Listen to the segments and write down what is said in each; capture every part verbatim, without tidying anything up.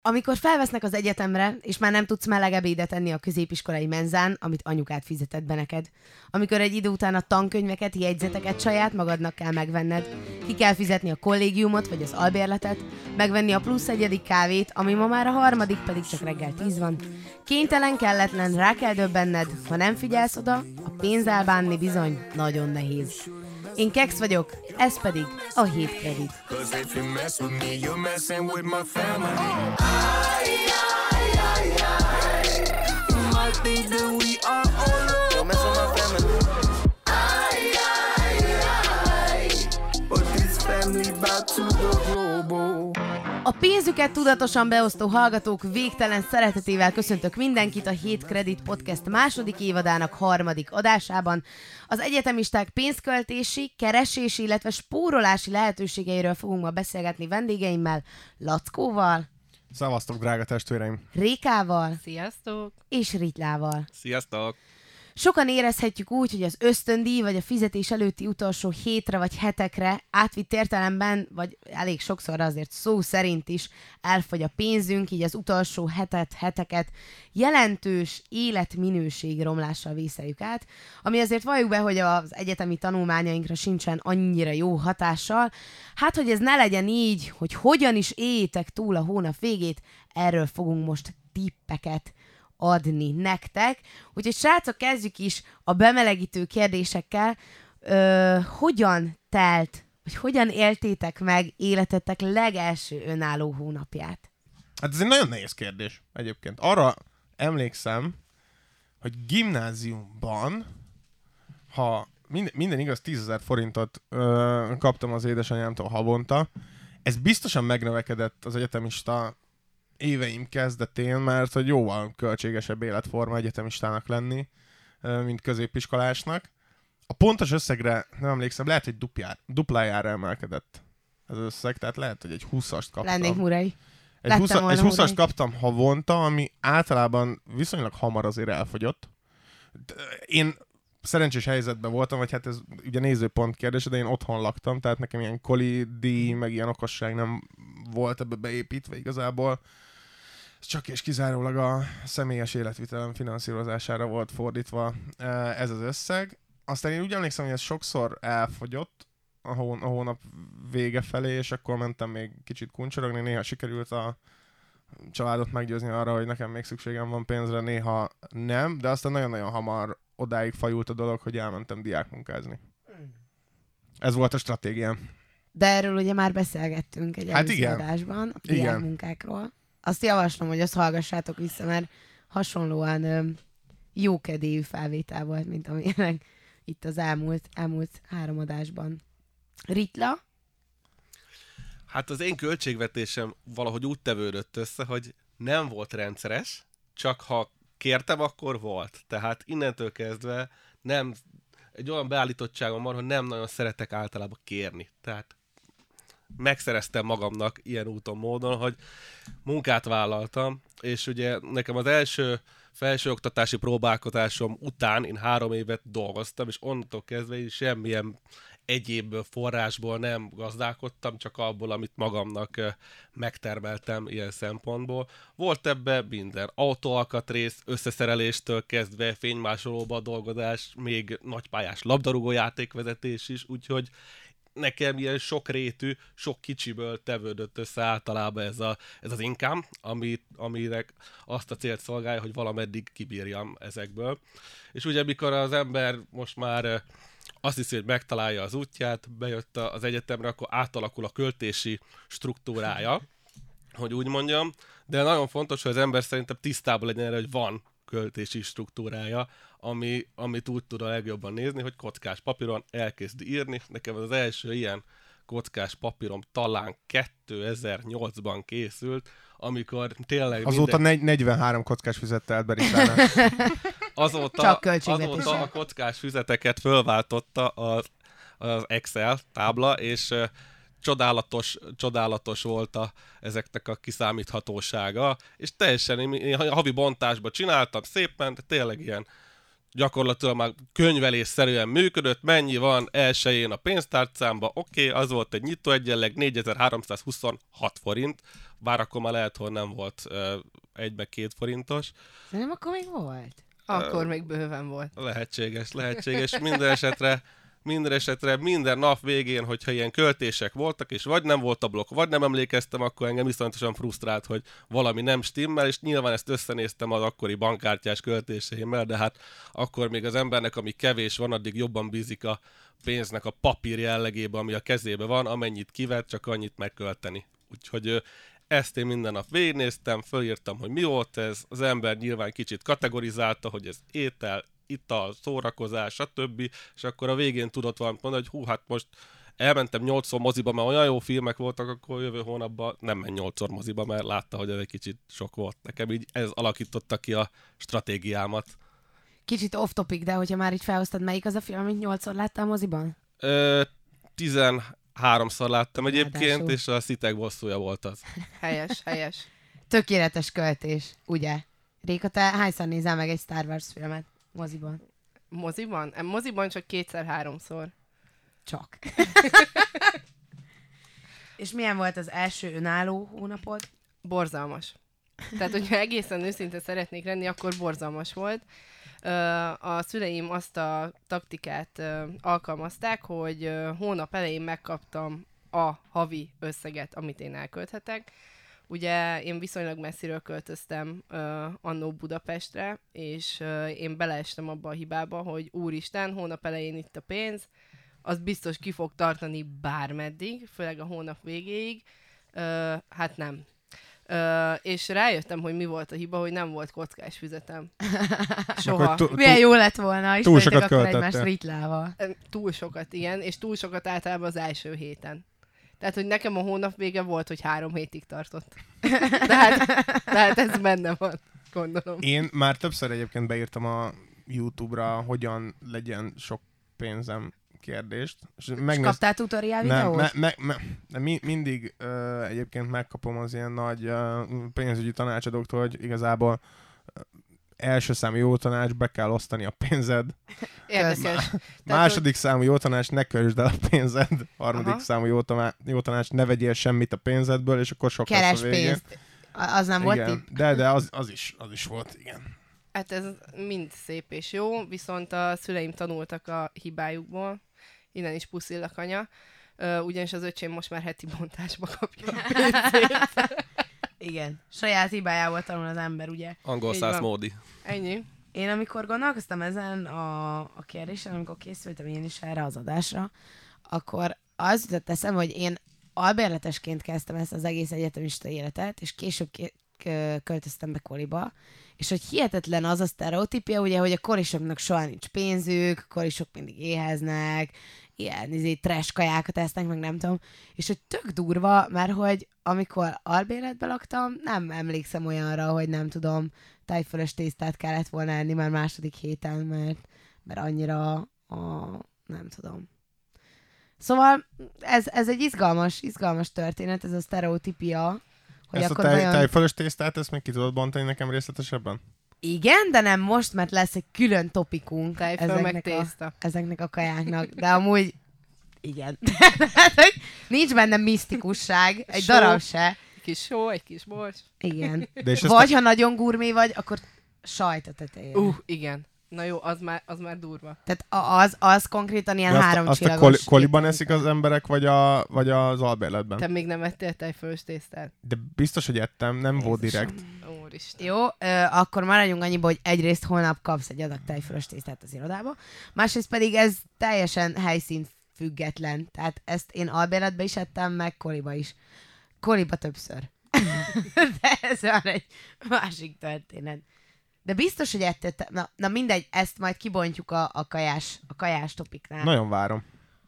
Amikor felvesznek az egyetemre, és már nem tudsz meleg ebédet enni a középiskolai menzán, amit anyukád fizetett be neked. Amikor egy idő után a tankönyveket, jegyzeteket saját magadnak kell megvenned. Ki kell fizetni a kollégiumot, vagy az albérletet, megvenni a plusz egyedik kávét, ami ma már a harmadik, pedig csak reggel tíz van. Kénytelen, kelletlen, rá kell döbbenned, ha nem figyelsz oda, a pénzzel bánni bizony nagyon nehéz. Én Kex vagyok, ez pedig a hét kredit. A pénzüket tudatosan beosztó hallgatók végtelen szeretetével köszöntök mindenkit a Hét Kredit Podcast második évadának harmadik adásában. Az egyetemisták pénzköltési, keresési, illetve spórolási lehetőségeiről fogunk ma beszélgetni vendégeimmel, Lackóval. Szevasztok, drága testvéreim! Rékával. Sziasztok! És Ritlával. Sziasztok! Sokan érezhetjük úgy, hogy az ösztöndíj vagy a fizetés előtti utolsó hétre vagy hetekre átvitt értelemben, vagy elég sokszor azért szó szerint is elfogy a pénzünk, így az utolsó hetet, heteket jelentős életminőség romlással vészeljük át, ami azért valljuk be, hogy az egyetemi tanulmányainkra sincsen annyira jó hatással. Hát, hogy ez ne legyen így, hogy hogyan is éljétek túl a hónap végét, erről fogunk most tippeket adni nektek. Úgyhogy srácok, kezdjük is a bemelegítő kérdésekkel. Ö, hogyan telt, vagy hogyan éltétek meg életetek legelső önálló hónapját? Hát ez egy nagyon nehéz kérdés egyébként. Arra emlékszem, hogy gimnáziumban, ha minden, minden igaz, tízezer forintot ö, kaptam az édesanyámtól havonta, ez biztosan megnövekedett az egyetemista éveim kezdetén, mert hogy jóval költségesebb életforma egyetemistának lenni, mint középiskolásnak. A pontos összegre nem emlékszem, lehet, hogy duplár, duplájára emelkedett az összeg, tehát lehet, hogy egy húszast kaptam. Lennék murai. Egy, húsz, egy húszast kaptam havonta, ami általában viszonylag hamar azért elfogyott. Én szerencsés helyzetben voltam, vagy hát ez ugye nézőpont kérdése, de én otthon laktam, tehát nekem ilyen koli díj, meg ilyen okosság nem volt ebbe beépítve igazából. Csak és kizárólag a személyes életvitelem finanszírozására volt fordítva ez az összeg. Aztán én úgy emlékszem, hogy ez sokszor elfogyott a, hón- a hónap vége felé, és akkor mentem még kicsit kuncsorogni. Néha sikerült a családot meggyőzni arra, hogy nekem még szükségem van pénzre, néha nem, de aztán nagyon-nagyon hamar odáig fajult a dolog, hogy elmentem diákmunkázni. Ez volt a stratégiám. De erről ugye már beszélgettünk egy hát előző adásban, a diákmunkákról. Azt javaslom, hogy azt hallgassátok vissza, mert hasonlóan öm, jókedélyű felvétel volt, mint amilyenek itt az elmúlt, elmúlt három adásban. Ritla? Hát az én költségvetésem valahogy úgy tevődött össze, hogy nem volt rendszeres, csak ha kértem, akkor volt. Tehát innentől kezdve nem, egy olyan beállítottságom van, hogy nem nagyon szeretek általában kérni. Tehát megszereztem magamnak ilyen úton, módon, hogy munkát vállaltam, és ugye nekem az első felsőoktatási próbálkozásom után én három évet dolgoztam, és onnantól kezdve én semmilyen egyéb forrásból nem gazdálkodtam, csak abból, amit magamnak megtermeltem ilyen szempontból. Volt ebben minden, autóalkatrész, összeszereléstől kezdve fénymásolóba dolgozás, még nagypályás labdarúgó játékvezetés is, úgyhogy nekem ilyen sokrétű, sok kicsiből tevődött össze általában ez, a, ez az income, ami, aminek azt a célt szolgálja, hogy valameddig kibírjam ezekből. És ugye mikor az ember most már azt hiszi, hogy megtalálja az útját, bejött az egyetemre, akkor átalakul a költési struktúrája, hogy úgy mondjam, de nagyon fontos, hogy az ember szerintem tisztában legyen erre, hogy van költési struktúrája, ami, amit úgy tud a legjobban nézni, hogy kockás papíron elkezd írni. Nekem az első ilyen kockás papírom talán kétezer-nyolcban készült, amikor tényleg azóta minden... negyvenhárom kockás füzet telt be Ritlának. Azóta, azóta a kockás füzeteket fölváltotta az, az Excel tábla, és uh, csodálatos, csodálatos volt a, ezeknek a kiszámíthatósága, és teljesen én, én havi bontásba csináltam szépen, de tényleg ilyen gyakorlatilag már könyvelésszerűen működött, mennyi van elsőjén a pénztárcámba, oké, okay, az volt egy nyitó egyenleg négyezer-háromszázhuszonhat forint, bár akkor már lehet, hogy nem volt uh, egy meg két forintos. Szerintem akkor még volt. Akkor uh, még bőven volt. Lehetséges, lehetséges. Minden esetre, minden esetre, minden nap végén, hogyha ilyen költések voltak, és vagy nem volt a blokk, vagy nem emlékeztem, akkor engem viszonyatosan frusztrált, hogy valami nem stimmel, és nyilván ezt összenéztem az akkori bankkártyás költéseimmel, de hát akkor még az embernek, ami kevés van, addig jobban bízik a pénznek a papír jellegébe, ami a kezébe van, amennyit kivett, csak annyit megkölteni. Úgyhogy ezt én minden nap végignéztem, fölírtam, hogy mi volt ez, az ember nyilván kicsit kategorizálta, hogy ez étel, ital, szórakozás, stb. És akkor a végén tudott valamit mondani, hogy hú, hát most elmentem nyolcszor moziba, mert olyan jó filmek voltak, akkor jövő hónapban nem menj nyolcszor moziba, mert látta, hogy ez egy kicsit sok volt. Nekem így ez alakította ki a stratégiámat. Kicsit off-topic, de hogyha már így felhoztad, melyik az a film, amit nyolcszor láttál moziban? Ö, tizenháromszor láttam egyébként, Ráadásul. és a Szitek bosszúja volt az. Helyes, helyes. Tökéletes költés, ugye? Réka, te hányszor nézel meg egy Star Wars filmet moziban? Moziban? E, moziban csak kétszer-háromszor. Csak. És milyen volt az első önálló hónapod? Borzalmas. Tehát, hogyha egészen őszinte szeretnék lenni, akkor borzalmas volt. A szüleim azt a taktikát alkalmazták, hogy hónap elején megkaptam a havi összeget, amit én elkölthetek. Ugye én viszonylag messziről költöztem uh, annó Budapestre, és uh, én beleestem abba a hibába, hogy úristen, hónap elején itt a pénz, az biztos ki fog tartani bármeddig, főleg a hónap végéig. Uh, hát nem. Uh, és rájöttem, hogy mi volt a hiba, hogy nem volt kockás füzetem. Soha. T- Milyen jó lett volna, túl ismeritek sokat akkor költöttél. egymást ritlával. Túl sokat, igen, és túl sokat általában az első héten. Tehát, hogy nekem a hónap vége volt, hogy három hétig tartott. De hát, de hát ez benne van, gondolom. Én már többször egyébként beírtam a YouTube-ra, hogyan legyen sok pénzem kérdést. És, És megnéz... kaptál tutoriál Nem, videót? me, me, me, de mi, mindig uh, egyébként megkapom az ilyen nagy uh, pénzügyi tanácsadóktól, hogy igazából uh, első számú jó tanács, be kell osztani a pénzed. Érdekes. Második hogy... számú jó tanács, ne költsd el a pénzed. Harmadik Aha. számú jó, tanács, jó tanács, ne vegyél semmit a pénzedből, és akkor sok Keres lesz a végén. pénzt. Az nem Igen. volt tipp? De, de az, az, is, az is volt, igen. Hát ez mind szép és jó, viszont a szüleim tanultak a hibájukból. Innen is puszillak, anya. Uh, ugyanis az öcsém most már heti bontásba kapja a pénzét. Igen. Saját hibájából tanul az ember, ugye? Angol Így száz van. módi. Ennyi. Én amikor gondolkoztam ezen a, a kérdésen, amikor készültem én is erre az adásra, akkor az jutott eszembe, hogy én albérletesként kezdtem ezt az egész egyetemista életet, és később ké- k- költöztem be koliba, és hogy hihetetlen az a sztereotípia, ugye, hogy a korisoknak soha nincs pénzük, a korisok mindig éheznek, ilyen izé, trash kajákat esznek, meg nem tudom, és hogy tök durva, mert hogy amikor albérletben laktam, nem emlékszem olyanra, hogy nem tudom, tájfölös tésztát kellett volna enni már második héten, mert, mert annyira a, nem tudom. Szóval ez, ez egy izgalmas, izgalmas történet, ez a sztereotípia, hogy Ezt akkor a tej, vajon... tejfölös tésztát, ezt még ki tudod bontani nekem részletesebben? Igen, de nem most, mert lesz egy külön topikunk Tejföl meg ezeknek a, tészta. ezeknek a kajáknak, de amúgy igen. Tehát, hogy nincs benne misztikusság, egy Só. darab se. Egy kis só, egy kis bors. Igen. De és ezt Vagy, ha nagyon gurmé vagy, akkor sajt a tetején. Uh, igen. Na jó, az már, az már durva. Tehát a- az, az konkrétan ilyen De azt, három azt a csillagos. koli, koliban étel. eszik az emberek, vagy, a, vagy az albérletben? Te még nem ettél tejfölös tésztát? De biztos, hogy ettem, nem volt Jézusom. direkt. Úristen. Jó, ö, akkor maradjunk annyiba, hogy egyrészt holnap kapsz egy adag tejfölös tésztát az irodába, másrészt pedig ez teljesen helyszín független. Tehát ezt én albérletbe is ettem, meg koliba is. Koliba többször. De ez már egy másik történet. De biztos, hogy ettél. te- Na, na mindegy, ezt majd kibontjuk a, a, kajás, a kajás topiknál. Nagyon várom.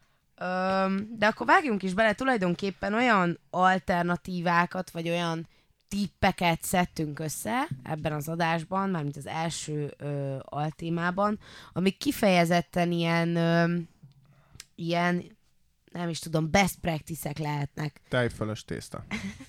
Öm, de akkor vágjunk is bele, tulajdonképpen olyan alternatívákat, vagy olyan tippeket szedtünk össze ebben az adásban, mármint az első ö, altémában, amik kifejezetten ilyen, ö, ilyen, nem is tudom, best practice-ek lehetnek. Tejfölös tészta.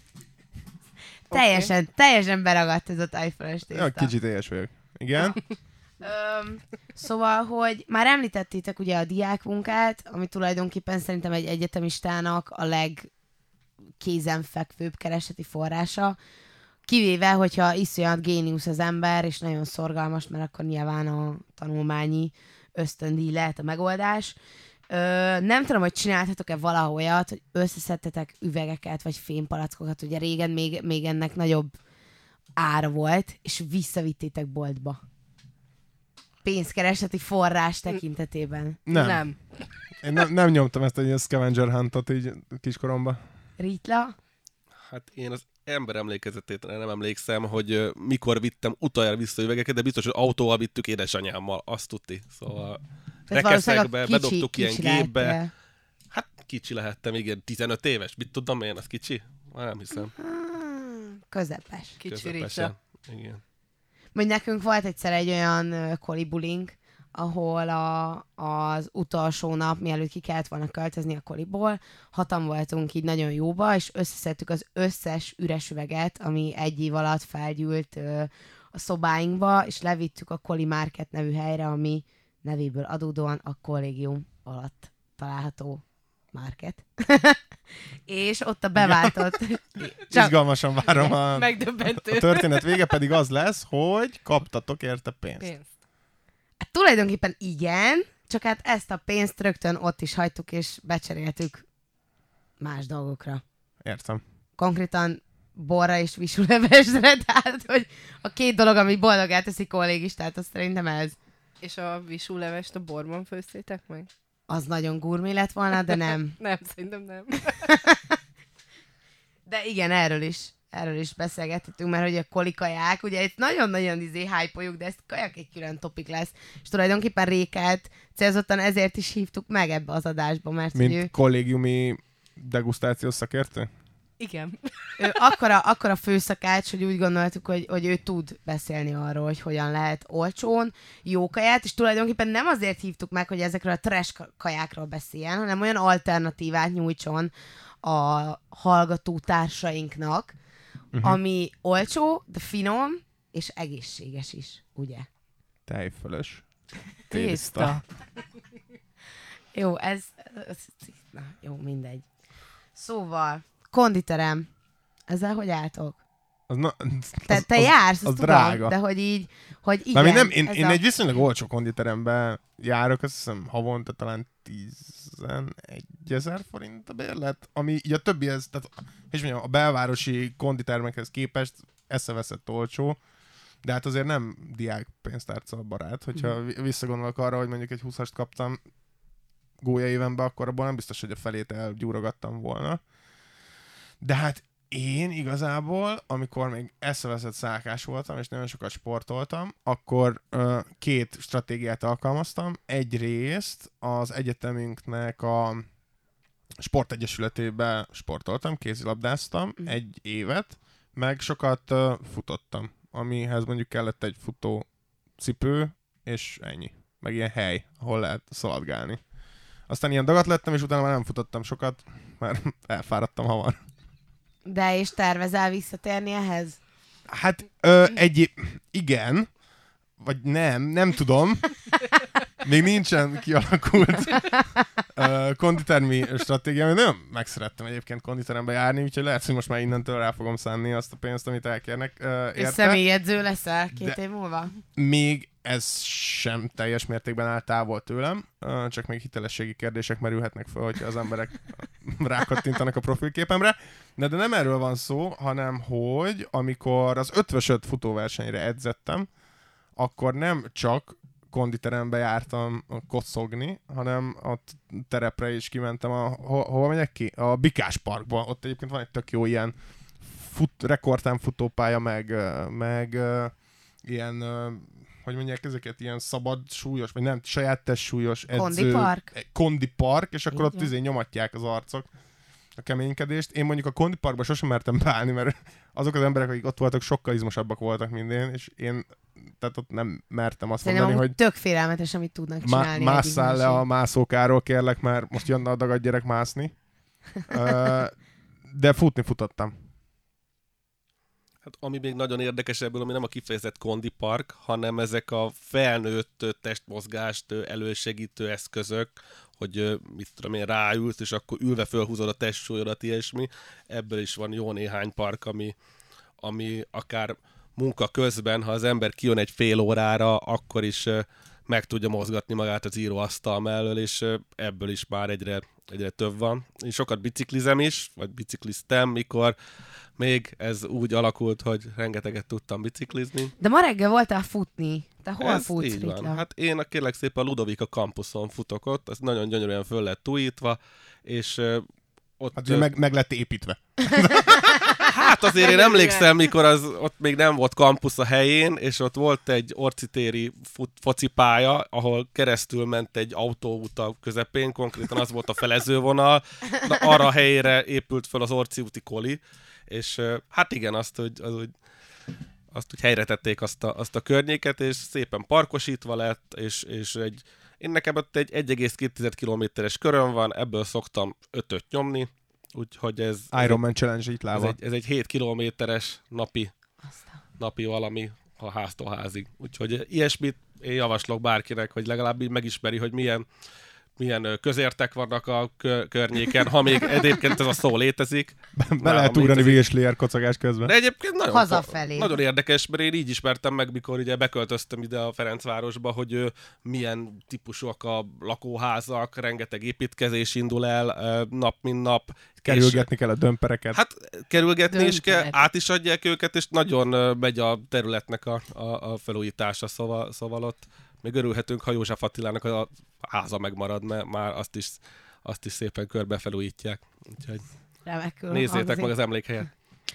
Teljesen, teljesen beragadt ez a tájfölös tészta. Ja, kicsit éhes vagyok. Igen? Öm, szóval, hogy már említettétek ugye a diákmunkát, ami tulajdonképpen szerintem egy egyetemistának a legkézenfekvőbb kereseti forrása, kivéve, hogyha iszonyat géniusz az ember, és nagyon szorgalmas, mert akkor nyilván a tanulmányi ösztöndíj lehet a megoldás. Ö, nem tudom, hogy csináltatok-e valahol olyat, hogy összeszedtetek üvegeket, vagy fémpalackokat, ugye régen még, még ennek nagyobb ára volt, és visszavittétek boltba. Pénzkereseti forrás tekintetében. Nem. Nem. Én ne, nem nyomtam ezt egy ilyen scavenger huntot így kiskoromban. Ritla? Hát én az ember emlékezetét nem emlékszem, hogy uh, mikor vittem utoljára vissza üvegeket, de biztos, hogy autóval vittük édesanyámmal, azt tudti. Szóval rekeszekbe, bedobtuk ilyen gépbe. Lettél. Hát kicsi lehettem, igen, tizenöt éves. Mit tudom én, az kicsi? Már nem hiszem. Hmm, közepes. Kicsi Közepesen. Rita. Igen. Vagy nekünk volt egyszer egy olyan uh, kolibulink, ahol a, az utolsó nap, mielőtt ki kellett volna költözni a koliból, hatan voltunk így nagyon jóba, és összeszedtük az összes üres üveget, ami egy év alatt felgyűlt uh, a szobáinkba, és levittük a Koli Market nevű helyre, ami nevéből adódóan a kollégium alatt található market. És ott a beváltott... Csak... Izgalmasan várom a, Megdöbbentő. a történet vége pedig az lesz, hogy kaptatok érte pénzt. Pénzt. Hát tulajdonképpen igen, csak hát ezt a pénzt rögtön ott is hagytuk, és becseréltük más dolgokra. Értem. Konkrétan borra és visülevesre, tehát hogy a két dolog, ami boldogá teszi kollégistát, az szerintem ez. És a visúlevest a borban főztétek meg? Az nagyon gurmé lett volna, de nem. Nem, szerintem nem. De igen, erről is. Erről is beszélgethetünk, mert hogy a kolikaják, ugye itt nagyon-nagyon izé hype-oljuk, de ez kajak egy külön topik lesz. És tulajdonképpen Rékát célzottan ezért is hívtuk meg ebbe az adásba, mert Mint ő, kollégiumi degustációs szakértő? Igen. ő akkora, akkora főszakács, hogy úgy gondoltuk, hogy, hogy ő tud beszélni arról, hogy hogyan lehet olcsón jó kaját, és tulajdonképpen nem azért hívtuk meg, hogy ezekről a trash kajákról beszéljen, hanem olyan alternatívát nyújtson a hallgató társainknak, uh-huh. ami olcsó, de finom, és egészséges is, ugye? Tejfölös. Tészta. Jó, ez... ez na, jó, mindegy. Szóval, konditerem. Ezzel hogy álltok? Az, na, Te, az, te az, jársz, az azt drága. tudom, de hogy így, hogy igen. Mármint nem, én, én a... egy viszonylag olcsó konditeremben járok, azt hiszem havonta talán tizenegy forint a bérlet, ami így a többihez, tehát és mondjam, a belvárosi konditermekhez képest eszeveszett olcsó, de hát azért nem diák pénztárca barát, hogyha mm. visszagondolok arra, hogy mondjuk egy húszast kaptam gólya évenben, akkor abban nem biztos, hogy a felét elgyúrogattam volna. De hát én igazából, amikor még eszeveszett szálkás voltam, és nagyon sokat sportoltam, akkor uh, két stratégiát alkalmaztam. Egyrészt az egyetemünknek a sportegyesületébe sportoltam, kézilabdáztam mm. egy évet, meg sokat uh, futottam, amihez mondjuk kellett egy futó cipő, és ennyi. Meg ilyen hely, ahol lehet szaladgálni. Aztán ilyen dagat lettem, és utána már nem futottam sokat, mert elfáradtam hamar. De és tervezel visszatérni ehhez? Hát ö, egy... Igen, vagy nem, nem tudom. Még nincsen kialakult ö, konditermi stratégia, mert nagyon megszerettem egyébként konditerembe járni, úgyhogy lehet, hogy most már innentől rá fogom szánni azt a pénzt, amit elkérnek ö, érte. És személyedző leszel két De év múlva? Még ez sem teljes mértékben áll távol tőlem, ö, csak még hitelességi kérdések merülhetnek fel, hogyha az emberek rákattintanak a profilképemre. De, de nem erről van szó, hanem hogy amikor az ötvösöt futóversenyre edzettem, akkor nem csak konditerembe jártam kocogni, hanem a terepre is kimentem. A, ho, hova megyek ki? A Bikás Parkba. Ott egyébként van egy tök jó ilyen fut, rekordtán futópálya, meg, meg uh, ilyen, uh, hogy mondják ezeket, ilyen szabad súlyos, vagy nem, saját test súlyos edző. Kondi park? Kondi park, és akkor Igen. ott izé nyomatják az arcok a keménykedést. Én mondjuk a kondi parkba sosem mertem beállni, mert azok az emberek, akik ott voltak, sokkal izmosabbak voltak, mint én, és én tehát ott nem mertem azt Szerintem mondani, hogy tök félelmetes, amit tudnak csinálni. má- másszál le a mászókáról, kérlek, mert most jönne a dagad gyerek mászni. uh, de futni futottam. Hát ami még nagyon érdekes ebből, ami nem a kifejezett kondipark, hanem ezek a felnőtt testmozgást elősegítő eszközök, hogy mit tudom én, ráülsz, és akkor ülve fölhúzod a testsúlyodat, ilyesmi. Ebből is van jó néhány park, ami, ami akár munka közben, ha az ember kijön egy fél órára, akkor is meg tudja mozgatni magát az íróasztal mellől, és ebből is már egyre, egyre több van. Én sokat biciklizem is, vagy bicikliztem, mikor még ez úgy alakult, hogy rengeteget tudtam biciklizni. De ma reggel voltál futni. Te hol ez futsz, így van. Ritla? Hát én a kérlek szépen a Ludovika campuson futok ott, az nagyon gyönyörűen föl lett újítva, és uh, ott... Hát ugye meg, meg lett építve. Hát azért én emlékszem, mikor az, ott még nem volt kampusz a helyén, és ott volt egy orcitéri fut, focipálya, ahol keresztül ment egy autóút a közepén, konkrétan az volt a felezővonal, de arra a helyére épült fel az Orci úti koli, és hát igen, azt, hogy, az, hogy, azt, hogy helyre tették azt a, azt a környéket, és szépen parkosítva lett, és, és egy, én nekem ott egy egy egész két kilométeres köröm van, ebből szoktam ötöt nyomni, úgyhogy ez... Ironman Challenge itt láva. Ez egy, ez egy hét kilométeres napi, napi valami a háztól házig. Úgyhogy ilyesmit én javaslok bárkinek, hogy legalább így megismeri, hogy milyen, milyen közértek vannak a kö- környéken, ha még egyébként ez a szó létezik. Be, be lehet ugrani Vilslier kocogás közben. De egyébként nagyon, Hazafelé. nagyon érdekes, mert én így ismertem meg, mikor ugye beköltöztem ide a Ferencvárosba, hogy ö, milyen típusúak a lakóházak, rengeteg építkezés indul el ö, nap, mint nap. Kerülgetni kell a dömpereket. Hát kerülgetni is kell, Dömperet. át is adják őket, és nagyon ö, megy a területnek a, a, a felújítása, szóval, szóval ott még örülhetünk, ha József Attilának a háza megmarad, mert már azt is, azt is szépen körbe felújítják. Úgyhogy Remekül nézzétek hangzik. meg az emlékhelyet.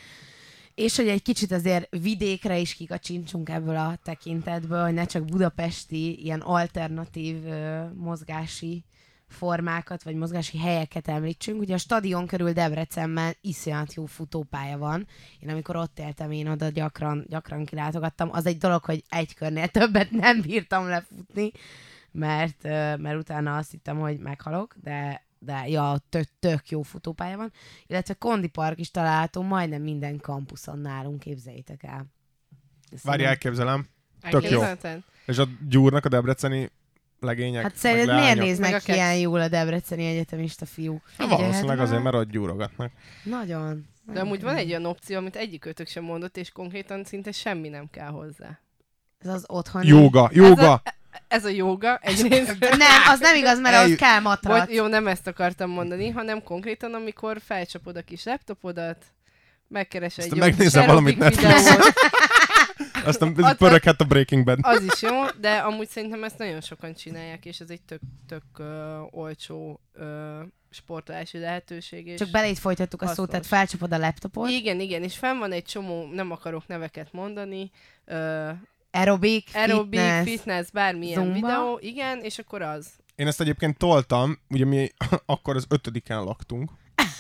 És hogy egy kicsit azért vidékre is kikacsintsunk ebből a tekintetből, hogy ne csak budapesti, ilyen alternatív ö, mozgási formákat, vagy mozgási helyeket említsünk. Ugye a stadion körül Debrecenben iszonyat jó futópálya van. Én amikor ott éltem, én oda gyakran, gyakran kilátogattam. Az egy dolog, hogy egy körnél többet nem bírtam lefutni, mert, ö, mert utána azt hittem, hogy meghalok, de de ja, tök, tök jó futópálya van, illetve Kondi Park is található majdnem minden kampuszon nálunk, képzeljétek el. Várj, elképzelem. Tök jó. Egészen. És a gyúrnak a debreceni legények. Hát meg szerinted miért leányok. Meg néznek a ilyen keksz. jól a debreceni egyetemista fiúk? Hát valószínűleg Figyelhetnek? azért, mert ott gyúrogatnak. Nagyon. De amúgy van egy olyan opció, amit egyikőtök sem mondott, és konkrétan szinte semmi nem kell hozzá. Ez az otthoni... Jóga, jóga! Ez a jóga egyrészt. Nem, az nem igaz, mert Eljut- az kell matrac. Vagy, jó, nem ezt akartam mondani, hanem konkrétan, amikor felcsapod a kis laptopodat, megkeresel egy Aztán jó megnézel kis valamit aerobik Netflixen. videót. Aztán Az- pöröghet a Breaking Bad. Az is jó, de amúgy szerintem ezt nagyon sokan csinálják, és ez egy tök, tök uh, olcsó uh, sportolási lehetőség. És Csak belét folytattuk a szót, hasznos. tehát felcsapod a laptopot. Igen, igen, és fenn van egy csomó, nem akarok neveket mondani, uh, Aerobik, aerobik, fitness. fitness, bármilyen zumba. videó, igen, és akkor az. Én ezt egyébként toltam, ugye mi akkor az ötödiken laktunk.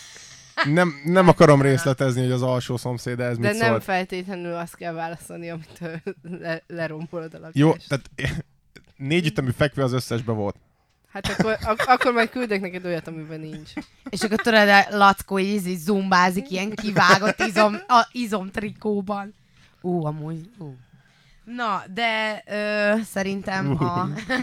Nem, nem akarom részletezni, hogy az alsó szomszéd ez De mit nem szólt. feltétlenül azt kell válaszolni, amit ö, le, lerombolod a lakást. Jó, tehát négy ütemű fekvő az összesbe volt. Hát akkor, ak- akkor majd küldök neked olyat, amiben nincs. És akkor tudod, a Lackó így, így zumbázik ilyen kivágott izom, a, izomtrikóban. Ú, amúgy, ú. Na, de ö, szerintem a,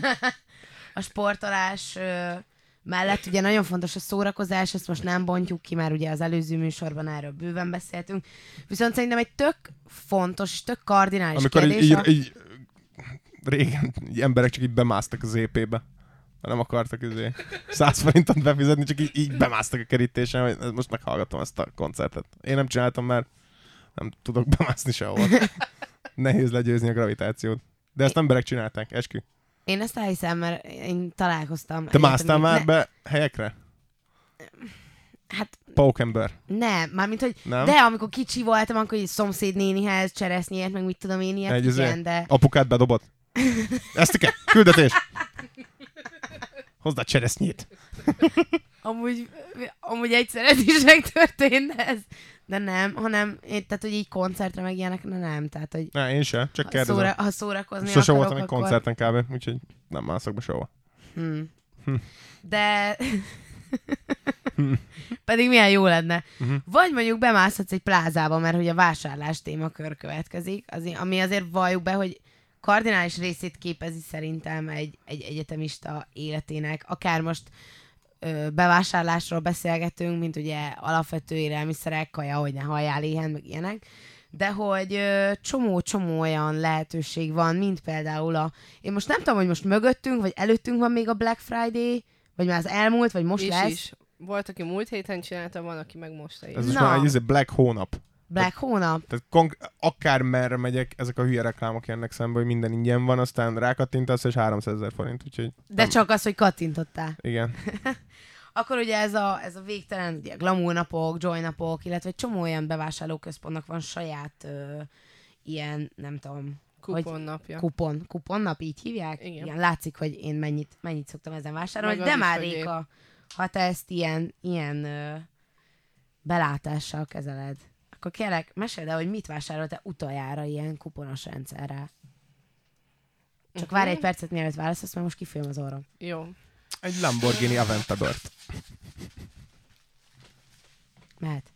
a sportolás ö, mellett ugye nagyon fontos a szórakozás, ezt most nem bontjuk ki, mert ugye az előző műsorban erről bőven beszéltünk. Viszont szerintem egy tök fontos és tök kardinális Amikor így, kérdés. így, a... így, régen így emberek csak így bemásztak az é pé-be. Nem akartak izé száz forintot befizetni, csak így, így bemásztak a kerítésen, hogy most meghallgatom ezt a koncertet. Én nem csináltam, mert nem tudok bemászni sehol. Nehéz legyőzni a gravitációt. De ezt emberek csinálták, eskü. Én ezt elhiszem, mert én találkoztam. Te másztál egyetemi- már ne, be helyekre? Hát Pókember. nem, mármint, hogy Nem? de amikor kicsi voltam, akkor egy szomszéd nénihez cseresznyért, meg mit tudom én, ilyet, Egy igen, izé, de... apukát bedobott. Esztike, küldetés! Hozd a cseresznyét. Amúgy, amúgy egyszer ez is megtörtént, de ez... De nem, hanem, én, tehát, hogy így koncertre meg ilyenekre nem, tehát, hogy Ne, én se, csak ha, kérdezem. szóra, ha szórakozni Sose akarok, voltam egy akkor... koncerten kb. Úgyhogy nem mászok be sehova. Hmm. Hm. De... Pedig milyen jó lenne. Uh-huh. Vagy mondjuk bemászhatsz egy plázába, mert hogy a vásárlás témakör következik, az, ami azért valljuk be, hogy kardinális részét képezi szerintem egy, egy egyetemista életének. Akár most ö, bevásárlásról beszélgetünk, mint ugye alapvető élelmiszerek, kaja, hogy ne halljál éhen, meg ilyenek. De hogy ö, csomó-csomó olyan lehetőség van, mint például a... Én most nem tudom, hogy most mögöttünk, vagy előttünk van még a Black Friday, vagy már az elmúlt, vagy most is, lesz. Is. Volt, aki múlt héten csinálta, van, aki meg most Ez eljön. most Na. már egy Black hónap. Black hónap. Tehát konk- akár merre megyek, ezek a hülye reklámok jönnek szembe, hogy minden ingyen van, aztán rákattintasz, és háromszázezer forint, úgyhogy... De nem. csak az, hogy kattintottál. Igen. Akkor ugye ez a, ez a végtelen ugye, glamour napok, joy napok, illetve egy csomó olyan bevásárlóközpontnak van saját ö, ilyen, nem tudom, Kuponnapja. kupon, kuponnap, így hívják? Igen. Igen, látszik, hogy én mennyit, mennyit szoktam ezen vásárolni, Meg de az is, már hogy Réka, ha te ezt ilyen, ilyen ö, belátással kezeled, akkor kérlek, meséld el, hogy mit vásároltál utoljára ilyen kuponos rendszerrel. Csak Mhm. várj egy percet, mielőtt válaszolsz, mert most kifőm az orrom. Jó. Egy Lamborghini Aventadort. Mehet.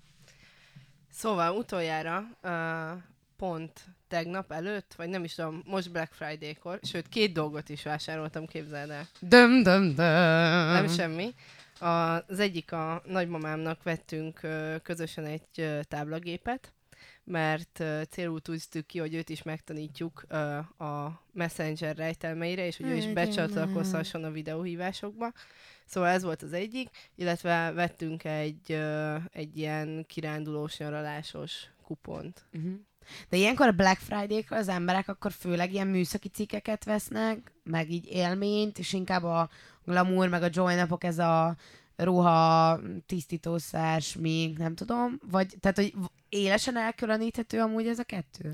Szóval utoljára uh, pont tegnap előtt, vagy nem is tudom, most Black Friday-kor, sőt, két dolgot is vásároltam, képzeld el. Döm, döm, döm. Nem semmi. A, az egyik a nagymamámnak vettünk ö, közösen egy ö, táblagépet, mert ö, célul tűztük ki, hogy őt is megtanítjuk ö, a Messenger rejtelmeire, és hogy ő is becsatlakozhasson a videóhívásokba. Szóval ez volt az egyik, illetve vettünk egy, ö, egy ilyen kirándulós, nyaralásos kupont. Uh-huh. De ilyenkor a Black Friday-kor az emberek akkor főleg ilyen műszaki cikkeket vesznek, meg így élményt, és inkább a glamour, meg a joy napok, ez a ruha, tisztítószer, smink, nem tudom, vagy, tehát, hogy élesen elkülöníthető amúgy ez a kettő?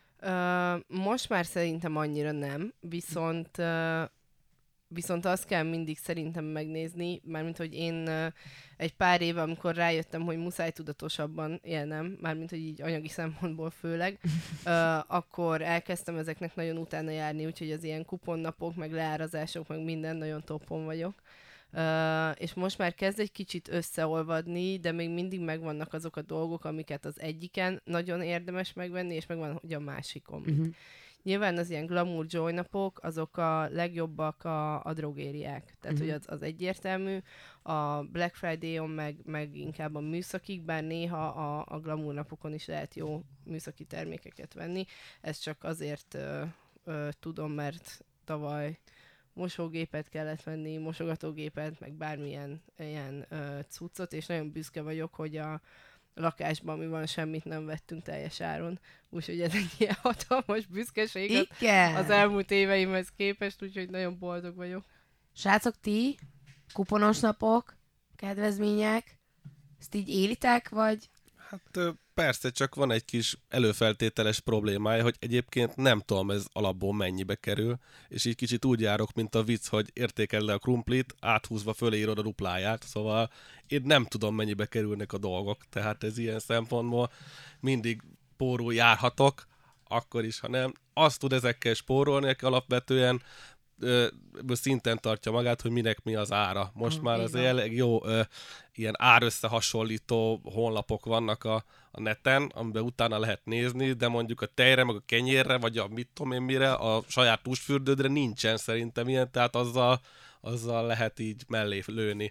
Ö, most már szerintem annyira nem, viszont ö, viszont azt kell mindig szerintem megnézni, mármint, hogy én ö, egy pár éve, amikor rájöttem, hogy muszáj tudatosabban élnem, mármint, hogy így anyagi szempontból főleg, ö, akkor elkezdtem ezeknek nagyon utána járni, úgyhogy az ilyen kuponnapok, meg leárazások, meg minden nagyon toppon vagyok. Uh, és most már kezd egy kicsit összeolvadni, de még mindig megvannak azok a dolgok, amiket az egyiken nagyon érdemes megvenni, és megvan, hogy a másikon. Uh-huh. Nyilván az ilyen glamour joy napok, azok a legjobbak a, a drogériák. Tehát, Mhm. hogy az, az egyértelmű. A Black Friday-on meg, meg inkább a műszakik, bár néha a, a glamour napokon is lehet jó műszaki termékeket venni. Ezt csak azért ö, ö, tudom, mert tavaly mosógépet kellett venni, mosogatógépet, meg bármilyen ilyen ö, cuccot, és nagyon büszke vagyok, hogy a lakásban mi van, semmit nem vettünk teljes áron. Úgyhogy ez egy ilyen hatalmas büszkeség az, Igen. az elmúlt éveimhez képest, úgyhogy nagyon boldog vagyok. Srácok, ti, kuponos napok, kedvezmények, ezt így élitek, vagy? Hát ö, persze, csak van egy kis előfeltételes problémája, hogy egyébként nem tudom ez alapból mennyibe kerül, és így kicsit úgy járok, mint a vicc, hogy értékeld le a krumplit, áthúzva fölé írod a dupláját, szóval én nem tudom mennyibe kerülnek a dolgok, tehát ez ilyen szempontból mindig pórul járhatok, akkor is, ha nem. Azt tud ezekkel spórolni, aki alapvetően ö, szinten tartja magát, hogy minek mi az ára. Most Ah, már így azért van. elég jó ö, ilyen árösszehasonlító honlapok vannak a, a neten, amiben utána lehet nézni, de mondjuk a tejre, meg a kenyérre, vagy a mit tudom én mire, a saját tusfürdődre nincsen szerintem ilyen, tehát azzal, azzal lehet így mellé lőni,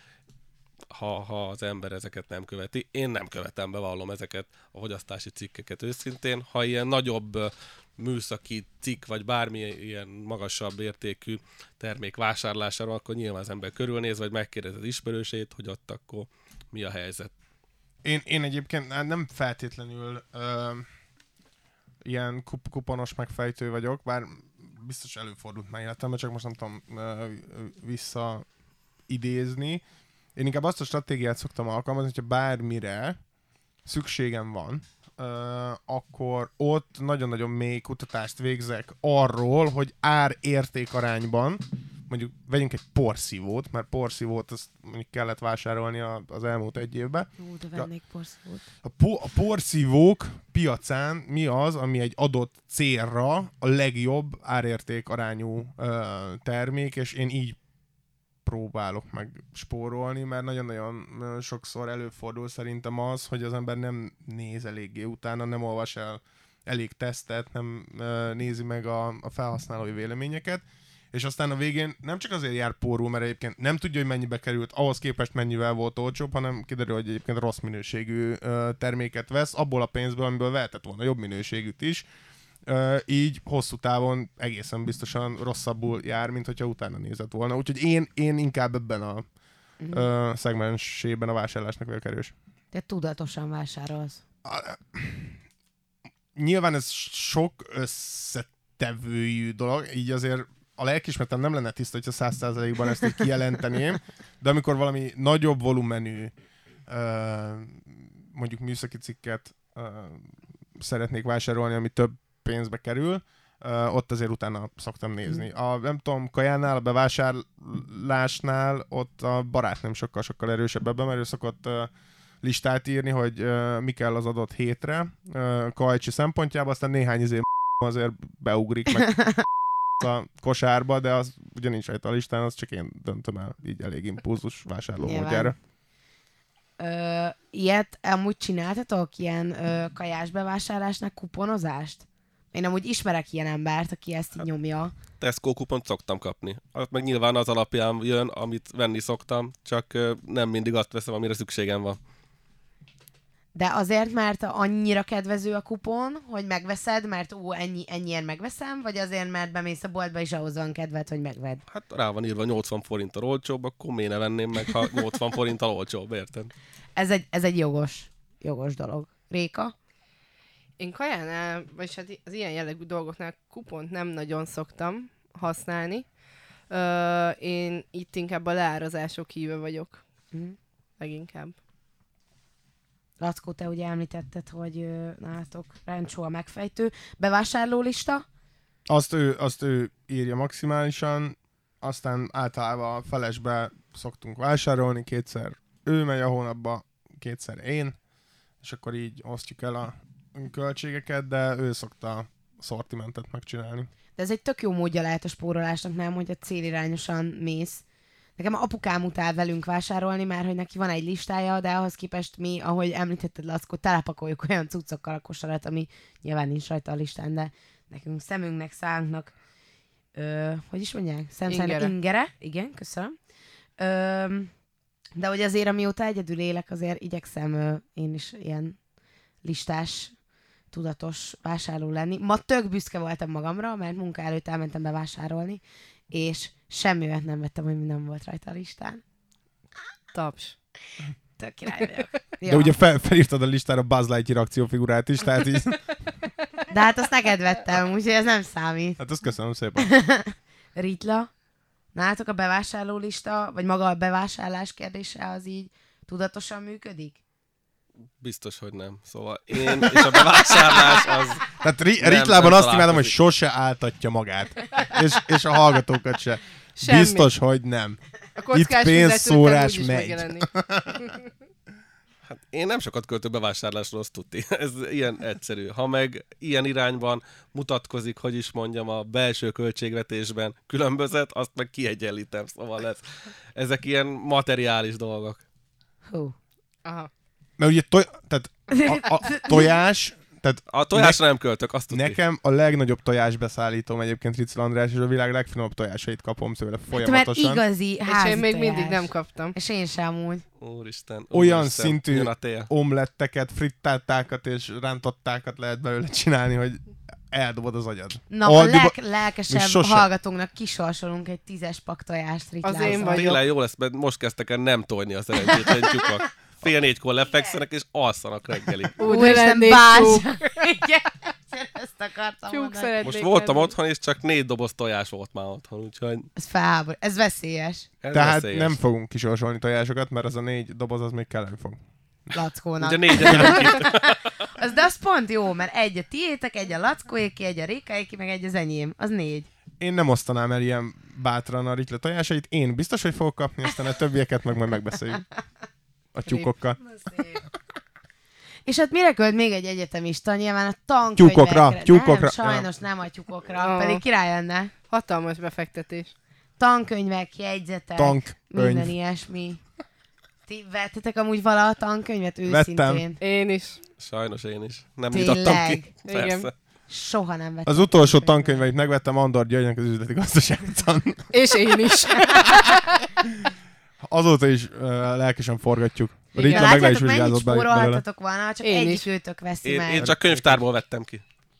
ha, ha az ember ezeket nem követi. Én nem követem, bevallom ezeket a fogyasztási cikkeket őszintén. Ha ilyen nagyobb ö, műszaki cikk, vagy bármilyen ilyen magasabb értékű termék vásárlására, akkor nyilván az ember körülnéz, vagy megkérdez az ismerősét, hogy ott akkor mi a helyzet. Én, én egyébként nem feltétlenül ö, ilyen kup- kuponos megfejtő vagyok, bár biztos előfordult már életemben, csak most nem tudom ö, visszaidézni. Én inkább azt a stratégiát szoktam alkalmazni, hogyha bármire szükségem van, ö, akkor ott nagyon-nagyon mély kutatást végzek arról, hogy ár-érték arányban, mondjuk vegyünk egy porszívót, mert porszívót azt mondjuk kellett vásárolni a, az elmúlt egy évben. Ú, de vennék porszívót. A, po- a porszívók piacán mi az, ami egy adott célra a legjobb árérték arányú ö, termék, és én így próbálok meg spórolni, mert nagyon-nagyon ö, sokszor előfordul szerintem az, hogy az ember nem néz eléggé utána, nem olvas el elég tesztet, nem uh, nézi meg a, a felhasználói véleményeket, és aztán a végén nem csak azért jár pórul, mert egyébként nem tudja, hogy mennyibe került, ahhoz képest mennyivel volt olcsóbb, hanem kiderül, hogy egyébként rossz minőségű uh, terméket vesz, abból a pénzből, amiből vehetett volna jobb minőségűt is, uh, így hosszú távon egészen biztosan rosszabbul jár, mint hogyha utána nézett volna. Úgyhogy én, én inkább ebben a uh, szegmensében a vásárlásnak vagyok erős. Te tudatosan vásárolsz. A, nyilván ez sok összetevőjű dolog, így azért a lelkiismeretem nem lenne tiszta, hogyha száz százalékban ezt így kijelenteném, de amikor valami nagyobb volumenű mondjuk műszaki cikket szeretnék vásárolni, ami több pénzbe kerül, ott azért utána szoktam nézni. A, nem tudom, kajánál, a bevásárlásnál ott a barátnőm sokkal-sokkal erősebb ebben, mert ő szokott listát írni, hogy uh, mi kell az adott hétre uh, kajcsi szempontjában, aztán néhány izé azért beugrik meg a kosárba, de az ugyanincs rajta a listán, az csak én döntöm el így elég impulzus vásárló módjára. Ö, ilyet amúgy csináltatok, ilyen ö, kajás bevásárlásnak kuponozást? Én amúgy ismerek ilyen embert, aki ezt így nyomja. Tesco kupont szoktam kapni. Az meg nyilván az alapján jön, amit venni szoktam, csak ö, nem mindig azt veszem, amire szükségem van. De azért, mert annyira kedvező a kupon, hogy megveszed, mert ó, ennyi, ennyiért megveszem, vagy azért, mert bemész a boltba, és ahhoz van kedved, hogy megvedd? Hát rá van írva nyolcvan forinttal olcsóbb, akkor miért ne venném meg, ha nyolcvan forinttal olcsóbb, érted? Ez egy, ez egy jogos, jogos dolog. Réka? Én kajánál, vagyis hát az ilyen jellegű dolgoknál kupont nem nagyon szoktam használni. Ö, én itt inkább a leárazások híve vagyok. Mm. Leginkább. Lackó, te ugye említetted, hogy ö, nálatok Rencsó a megfejtő. Bevásárlólista? Azt ő, azt ő írja maximálisan, aztán általában felesbe szoktunk vásárolni, kétszer ő megy a hónapba, kétszer én, és akkor így osztjuk el a költségeket, de ő szokta a szortimentet megcsinálni. De ez egy tök jó módja lehet a spórolásnak, nem, hogy a célirányosan mész. Nekem apukám utál velünk vásárolni, mert hogy neki van egy listája, de ahhoz képest mi, ahogy említetted, Lackó, telepakoljuk olyan cuccokkal a kosarat, ami nyilván nincs rajta a listán, de nekünk szemünknek, szánknak, ö, hogy is mondják? Szemszájnak Ingere. ingere. Igen, köszönöm. Ö, de hogy azért, amióta egyedül élek, azért igyekszem ö, én is ilyen listás, tudatos vásárló lenni. Ma tök büszke voltam magamra, mert munka előtt elmentem bevásárolni, és semmi olyat nem vettem, hogy nem volt rajta a listán. Taps. Tök király vagyok. De Ja. ugye fel, felírtad a listára Buzz Lightyear akciófigurát is, tehát így... De hát azt neked vettem, úgyhogy ez nem számít. Hát azt köszönöm szépen. Ritla, nálatok a bevásárlólista, vagy maga a bevásárlás kérdése az így tudatosan működik? Biztos, hogy nem. Szóval én és a bevásárlás az... Tehát ri- Nem, Ritlában nem azt imádom, hogy találkozik. sose áltatja magát. És, és a hallgatókat se. Semmi. Biztos, hogy nem. A kockás pénzszórás fizetőn megy. úgyis megjelenni. Hát én nem sokat költök bevásárlásra, azt tudti. Ez ilyen egyszerű. Ha meg ilyen irányban mutatkozik, hogy is mondjam, a belső költségvetésben különbözet, azt meg kiegyenlítem. Szóval lesz. Ezek ilyen materiális dolgok. Hú. Aha. Mert ugye toj- tehát a, a tojás, tehát A tojásra nem költök, azt tudti. nekem a legnagyobb tojásbeszállítóm egyébként Ricl András, és a világ legfinomabb tojásait kapom tőle Hát, mert folyamatosan. igazi És házi én még tojás. mindig nem kaptam. És én sem úgy. Úristen. Olyan úristen, szintű jön a tél. omletteket, frittáltákat és rántottákat lehet belőle csinálni, hogy eldobod az agyad. Na, Aldiba- a leglelkesebb mi sose- hallgatónknak kisorsolunk egy tízes pak tojást Ritlával. Az én vagyok. Tényleg jó lesz, mert most kezdtek el nem tojni a szerencsétlen tyúkok. Fél négykor lefekszenek, és alszanak reggelig. Ú, de Úristen, lennék bás! tyúk. Igen, ezt akartam Tyúk mondani. szeretnék Most voltam lenni. otthon, és csak négy doboz tojás volt már otthon, úgyhogy Ez felháború. Ez veszélyes. ez Tehát veszélyes. nem fogunk kisorsolni tojásokat, mert az a négy doboz az még kelleni fog. Lackónak. Ugye négy egyébként. Az, de az pont jó, mert egy a tiétek, egy a Lackóéki, egy a Rékáéki, meg egy az enyém. Az négy. Én nem osztanám el ilyen bátran a Ritle tojásait. Én biztos, hogy fogok kapni, aztán a többieket meg majd megbeszéljük. A tyúkokkal. És hát mire költ még egy egyetemista? Nyilván a tankönyvekre. Tyúkokra, tyúkokra. Nem, sajnos nem a tyúkokra, Ah. pedig király lenne. Hatalmas befektetés. Tankönyvek, jegyzetek, Tank, minden könyv. ilyesmi. Ti vettetek amúgy valaha tankönyvet őszintén? Vettem. Én is. Sajnos én is. Nem Tényleg? nyitottam ki. Igen. Persze. Soha nem vettem. Az utolsó tankönyveit megvettem Andor Györgynek az üzleti gazdaságtan. És én is. Azóta is uh, lelkesen forgatjuk. Igen. Rita meg le is Látjátok, mennyit vizsgázott be- belőle. spórolhattatok volna, csak Én egyik is. őtök veszi Én, meg. én csak könyvtárból vettem ki.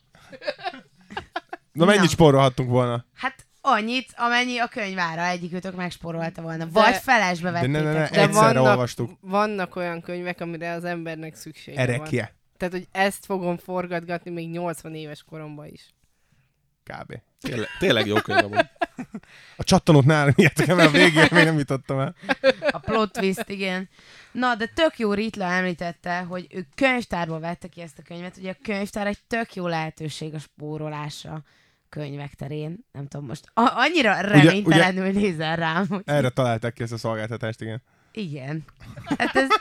Na mennyit Na. spórolhattunk volna? Hát annyit, amennyi a könyvára egyik őtök megspórolta volna. Vagy De- felesbe De ne, ne, ne, vettétek. De egyszerre vannak- olvastuk. Vannak olyan könyvek, amire az embernek szüksége van. Erekje. Tehát, hogy ezt fogom forgatgatni még nyolcvan éves koromban is. Kb. Tényleg, tényleg jó könyv amúgy. A csattanót nálam ilyet, mert a végén még nem jutottam el. A plot twist, igen. Na, de tök jó, Ritla említette, hogy ő könyvtárból vette ki ezt a könyvet. Ugye a könyvtár egy tök jó lehetőség a spórolásra könyvek terén. Nem tudom, most a- annyira reménytelenül ugye, nézel rám, hogy Erre találták ki ezt a szolgáltatást, igen. igen. Hát ez...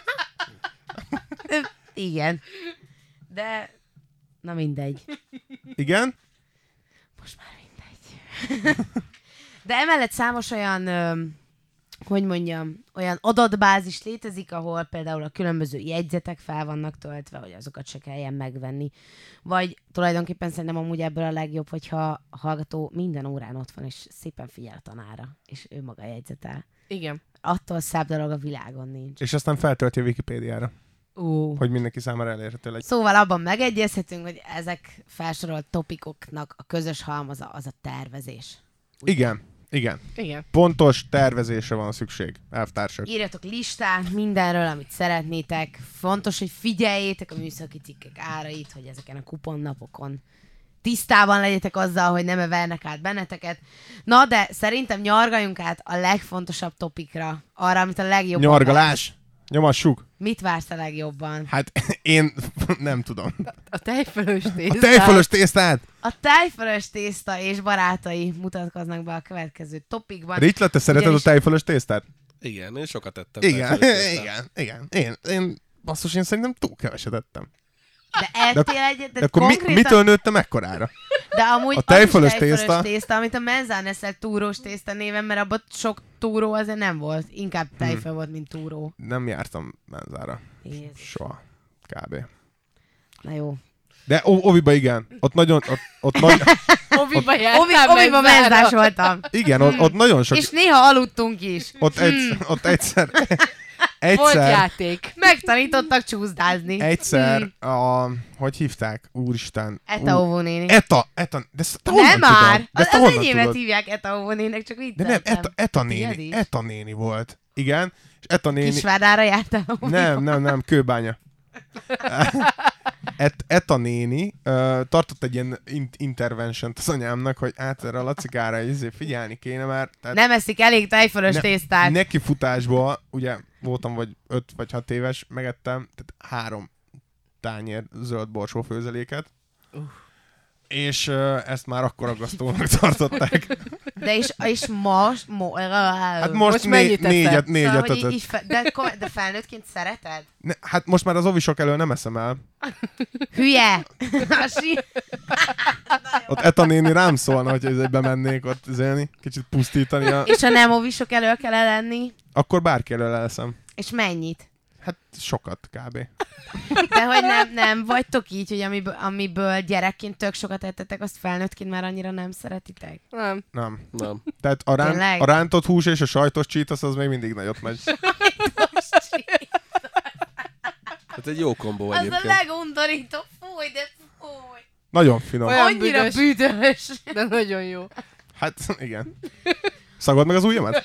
Ö, igen. De... Na mindegy. Igen? Most már mindegy. De emellett számos olyan, ö, hogy mondjam, olyan adatbázis létezik, ahol például a különböző jegyzetek fel vannak töltve, hogy azokat se kelljen megvenni. Vagy tulajdonképpen szerintem amúgy ebből a legjobb, hogyha a hallgató minden órán ott van, és szépen figyel a tanára, és ő maga jegyzetel. Igen. Attól szebb dolog a világon nincs. És aztán feltölti a Wikipédiára, Ó. hogy mindenki számára elérhető legyen. Szóval abban megegyezhetünk, hogy ezek felsorolt topikoknak a közös halmaza az a tervezés. Igen, igen. Igen. Pontos tervezésre van szükség, elvtársak. Írjatok listát mindenről, amit szeretnétek. Fontos, hogy figyeljétek a műszaki cikkek árait, hogy ezeken a kuponnapokon tisztában legyetek azzal, hogy nem vernek át benneteket. Na, de szerintem nyargaljunk át a legfontosabb topikra, arra, amit a legjobban... Nyargalás! Nyomassuk! Mit vársz a legjobban? Hát én nem tudom. A tejfölös tészta. A tejfölös tésztát! A tejfölös tészta és barátai mutatkoznak be a következő topikban. Ritla, te szereted Ugyanis- a tejfölös tésztát? Igen, én sokat ettem. Igen, tejfölös tésztát. igen, igen. Én, én, basszus, én szerintem túl keveset ettem. De ettél egyet, de, De akkor mi, konkrétan... mitől nőttem ekkorára? De amúgy A a tejfölös tejfölös, tejfölös tészta- tészta, tészta, amit a menzán eszel túrós tészta néven, mert abban sok túró azért nem volt. Inkább tejföl hmm. volt, mint túró. Nem jártam menzára. Jézus. Soha. Kb. Na jó. De o- Oviba igen. Ott nagyon... Ott, ott nagy... Oviba Ovi, jártál Oviba menzára. menzás voltam. Igen, ott, ott nagyon sok... És néha aludtunk is. Ott, egy, ott egyszer... Volt Egyszer... játék. Megtanítottak csúszdázni. Egyszer a... Hogy hívták? Úristen. Eta Ú- óvó néni. Eta, Eta, de ezt te honnan Nem már! tudod? De Az, ezt te az honnan enyémet tudod? hívják Eta óvó néninek, csak De vicceltem. nem, Eta, Eta Tiéd néni, is? Eta néni volt. Igen, és Eta néni... Kisvárdára jártál a Nem, nem, nem, Kőbánya. Et, Eta néni uh, tartott egy ilyen in- intervention-t az anyámnak, hogy át erre a lacikára izé figyelni kéne már. Tehát Nem eszik elég tejfölös Ne- tésztát. neki futásból, ugye voltam vagy öt vagy hat éves, megettem tehát három tányér zöld borsó főzeléket. Uh. És uh, ezt már akkor aggasztónak tartották. De és, és most... Mo, Hát most, Most most mennyit né- négyet, eszed? négyet szóval, hogy ötöt. így, így fe, de, kom- de felnőttként szereted? Ne, hát most már az ovisok elől nem eszem el. Hülye! A sí- Ott Eta néni rám szólna, hogy ezért bemennék ott zélni, kicsit pusztítani. A... És a nem ovisok elől kell lenni. Akkor bárki elől eleszem. És mennyit? Hát sokat kb. De hogy nem, nem vagytok így, hogy amiből, amiből gyerekként tök sokat ettetek, azt felnőttként már annyira nem szeretitek? Nem. Nem. Nem. Tehát a, rán, Tényleg? a rántott hús és a sajtos csítasz az még mindig nagyot megy. Hát egy jó kombó Az a egyébként. legundorító. Fúj, de fúj. Nagyon finom. Olyan Annyira büdös. büdös. De nagyon jó. Hát igen. Szagod meg az ujjamat?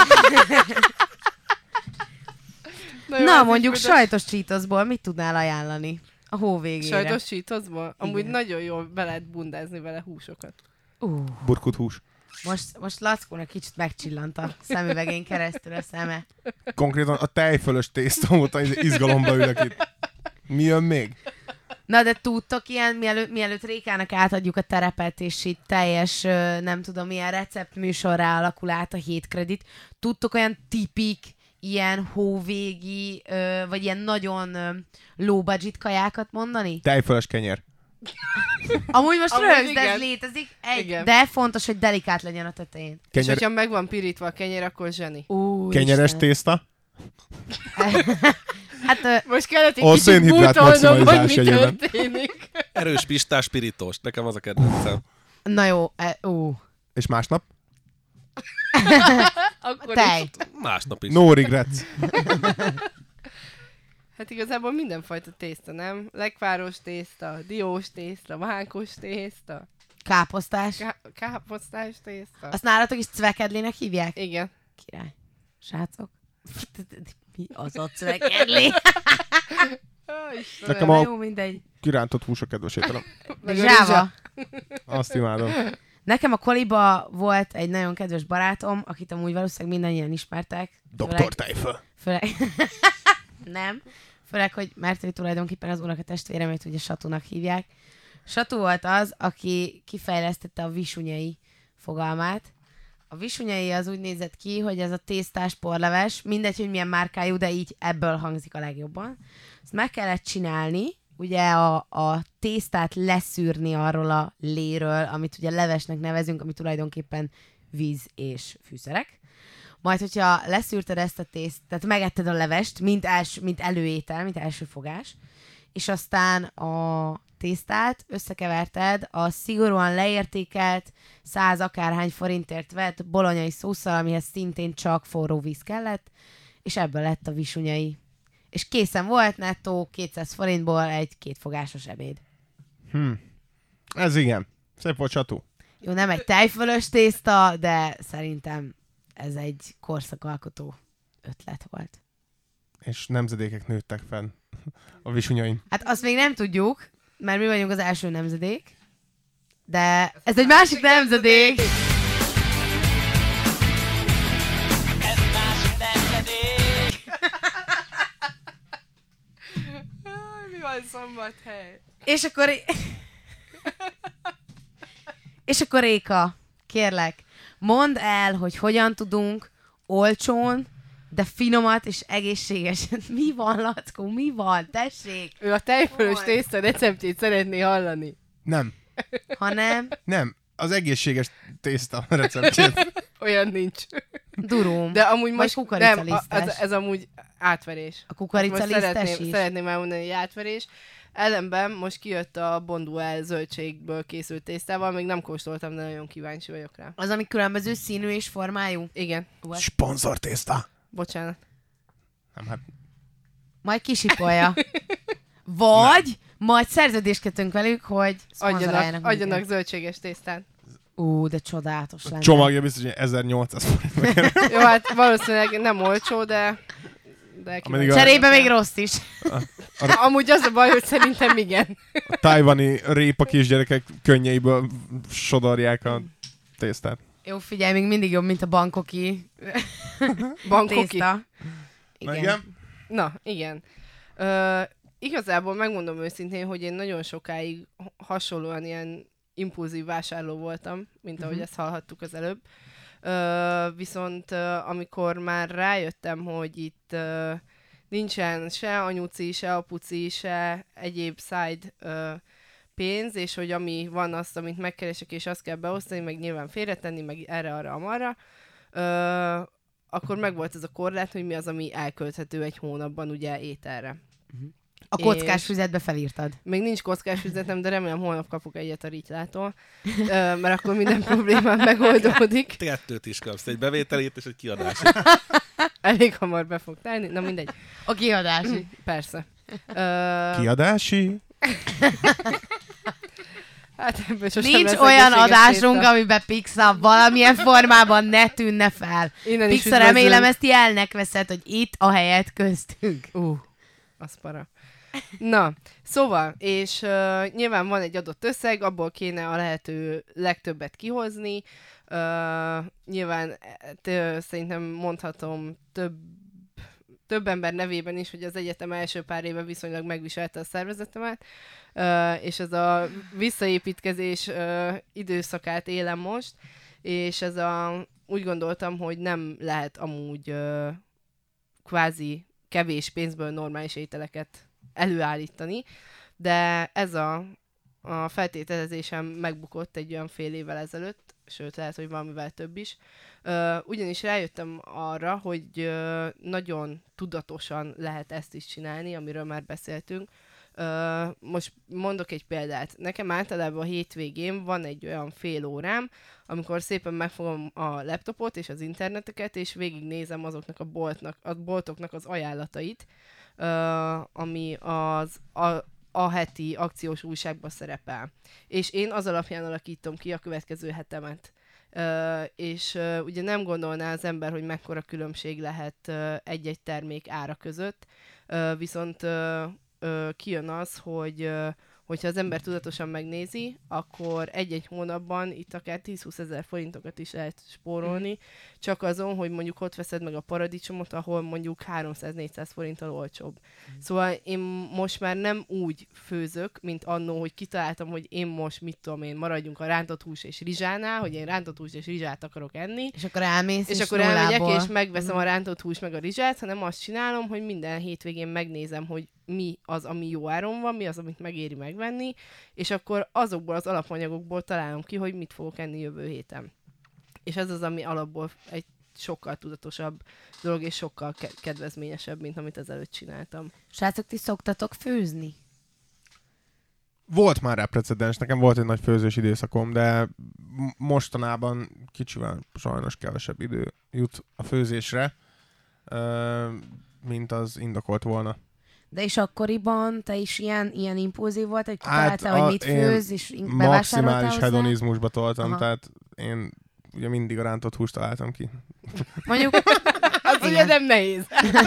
jó, Na, ez is mondjuk büdös. sajtos csítoszból mit tudnál ajánlani? A hó végére. Sajtos csítoszból? Amúgy Igen. nagyon jól be lehet bundázni vele húsokat. Uh, Burkut hús. most, most Lackónak kicsit megcsillant a szemüvegén keresztül a szeme. Konkrétan a tejfölös tészta óta izgalomba ülök itt. Mi jön még? Na, de tudtok ilyen, mielőtt, mielőtt Rékának átadjuk a terepet, és itt teljes, ö, nem tudom, milyen receptműsorrá alakul át a hétkredit, tudtok olyan tipik, ilyen hóvégi, ö, vagy ilyen nagyon ö, low budget kajákat mondani? Tejfölös kenyér. Amúgy most Amúgy rögz, de ez igen. létezik, egy, Igen. de fontos, hogy delikát legyen a tetején. És Kenyer, hogyha meg van pirítva a kenyér, akkor zseni. Ú, kenyeres Isten. tészta. Hát ö, Most kellett egy A kicsit szénhidrát bútolnom, hogy mi maximalizálás jegyében. történik. Erős pistás spirítós, nekem az a kedvencem. na jó, e, ú. És másnap? Akkor Tej. is. Másnap is. No regrets. Hát igazából mindenfajta tészta, nem? Lekváros tészta, diós tészta, vánkos tészta, Káposztás. ká- káposztás tészta. Azt nálatok is cvekedlének hívják? Igen. Király. Srácok. Mi az a cvekedlé? Ó, Istenem. Nekem a Jó, mindegy. kirántott hús a kedves ételem. Meg a Zsáva. Azt imádom. Nekem a koliba volt egy nagyon kedves barátom, akit amúgy valószínűleg mindannyian ismertek. doktor Tejföl. Főleg... Nem. Főleg, hogy mert ő tulajdonképpen az unoka testvéremét ugye Satúnak hívják. Satú volt az, aki kifejlesztette a visunyai fogalmát. A visunyai az úgy nézett ki, hogy ez a tésztás porleves, mindegy, hogy milyen márkájú, de így ebből hangzik a legjobban. Ezt meg kellett csinálni, ugye a, a tésztát leszűrni arról a léről, amit ugye levesnek nevezünk, ami tulajdonképpen víz és fűszerek. Majd, hogyha leszűrted ezt a tészt, tehát megetted a levest, mint, els, mint előétel, mint első fogás, és aztán a tésztát összekeverted a szigorúan leértékelt száz akárhány forintért vett bolonyai szósszal, amihez szintén csak forró víz kellett, és ebből lett a visunyai. És készen volt nettó kétszáz forintból egy kétfogásos ebéd. Hm. Ez igen. Szép volt, Satú. Jó, nem egy tejfölös tészta, de szerintem ez egy korszakalkotó ötlet volt. És nemzedékek nőttek fenn a visunyain. Hát azt még nem tudjuk, mert mi vagyunk az első nemzedék, de ez egy másik nemzedék. Mi van Szombathely? És akkor... És akkor Réka, kérlek, mondd el, hogy hogyan tudunk olcsón, de finomat és egészségesen. Mi van, Lackó? Mi van? Tessék! Ő a tejfölös Hol? tészta receptjét szeretné hallani. Nem. Hanem Nem. Az egészséges tészta receptjét. Olyan nincs. durum. De amúgy Vagy most nem, a, kukoricalisztes. ez, ez amúgy átverés. A kukoricalisztes szeretném, is? szeretném elmondani, hogy átverés. Ellenben most kijött a Bonduel zöldségből készült tésztával, még nem kóstoltam, de nagyon kíváncsi vagyok rá. Az, ami különböző színű és formájú? Igen, Sponzor tészta. bocsánat. Nem, hát Majd kisipolja. Vagy majd szerződést kötünk velük, hogy szponzoráljanak Adjanak, minket. adjanak zöldséges tésztát. Ú, de csodálatos lenne. csomagja biztos, hogy ezernyolcszáz forint. Jó, hát valószínűleg nem olcsó, de... de Ameddig a- Cserébe még rossz is. Amúgy az a baj, hogy szerintem igen. A tájvani répa kisgyerekek könnyeiből sodorják a tésztát. Jó, figyelj, még mindig jobb, mint a bankoki Bankoki. tészta. Na igen? Na, igen. Ö, igazából megmondom őszintén, hogy én nagyon sokáig hasonlóan ilyen impulzív vásárló voltam, mint ahogy Mhm. ezt hallhattuk az előbb. Ö, viszont ö, amikor már rájöttem, hogy itt ö, nincsen se anyuci, se apuci, se egyéb side ö, pénz, és hogy ami van azt, amit megkeresek, és azt kell beosztani, meg nyilván félretenni, meg erre-arra, amarra, ö, akkor megvolt ez a korlát, hogy mi az, ami elkölthető egy hónapban ugye ételre. A kockás És- füzetbe felírtad. Még nincs kockás füzetem, de remélem holnap kapok egyet a Ritylától, ö, mert akkor minden problémám megoldódik. Kettőt is kapsz, egy bevételét és egy kiadást. Elég hamar be fog telni, na mindegy. A kiadási. Persze. Ö, Kiadási? hát ebből sosem Nincs lesz olyan egészséges adásunk, tészta. amiben Pixar valamilyen formában ne tűnne fel. Innen is Pixar, remélem üdvözlöm. ezt jelnek veszed, hogy itt a helyet köztünk. Ú, az para. Na, szóval, és uh, nyilván van egy adott összeg, abból kéne a lehető legtöbbet kihozni. Uh, nyilván t- szerintem mondhatom több, több ember nevében is, hogy az egyetem első pár éve viszonylag megviselte a szervezetemet, uh, és ez a visszaépítkezés uh, időszakát élem most, és ez a, úgy gondoltam, hogy nem lehet amúgy uh, kvázi kevés pénzből normális ételeket előállítani, de ez a, a feltételezésem megbukott egy olyan fél évvel ezelőtt, sőt, lehet, hogy valamivel több is. Uh, ugyanis rájöttem arra, hogy uh, nagyon tudatosan lehet ezt is csinálni, amiről már beszéltünk. Uh, most mondok egy példát. Nekem általában a hétvégén van egy olyan fél órám, amikor szépen megfogom a laptopot és az interneteket, és végignézem azoknak a, boltnak, a boltoknak az ajánlatait, uh, ami az a, a heti akciós újságban szerepel. És én az alapján alakítom ki a következő hetemet. Uh, és uh, ugye nem gondolná az ember, hogy mekkora különbség lehet uh, egy-egy termék ára között, uh, viszont uh, uh, kijön az, hogy uh, hogyha az ember tudatosan megnézi, akkor egy-egy hónapban itt akár tíz-húsz ezer forintokat is lehet spórolni, mm. csak azon, hogy mondjuk ott veszed meg a paradicsomot, ahol mondjuk háromszáz-négyszáz forinttal olcsóbb. Mm. Szóval én most már nem úgy főzök, mint annó, hogy kitaláltam, hogy én most, mit tudom én, maradjunk a rántott hús és rizsánál, hogy én rántott hús és rizsát akarok enni. És akkor elmész, és, és akkor elmegyek, és megveszem mm. a rántott hús meg a rizsát, hanem azt csinálom, hogy minden hétvégén megnézem, hogy mi az, ami jó áron van, mi az, amit megéri megvenni, és akkor azokból az alapanyagokból találom ki, hogy mit fogok enni jövő héten. És ez az, ami alapból egy sokkal tudatosabb dolog, és sokkal ke- kedvezményesebb, mint amit ezelőtt csináltam. Srácok, ti szoktatok főzni? Volt már rá precedens, nekem volt egy nagy főzős időszakom, de mostanában kicsivel sajnos kevesebb idő jut a főzésre, mint az indokolt volna. De és akkoriban te is ilyen, ilyen impulzív volt, hogy kitaláltál, hát hogy mit főz, és bevásároltál maximális hozzá? hedonizmusba toltam, Aha. tehát én ugye mindig a rántott húst találtam ki. Mondjuk... Az ugye nem nehéz.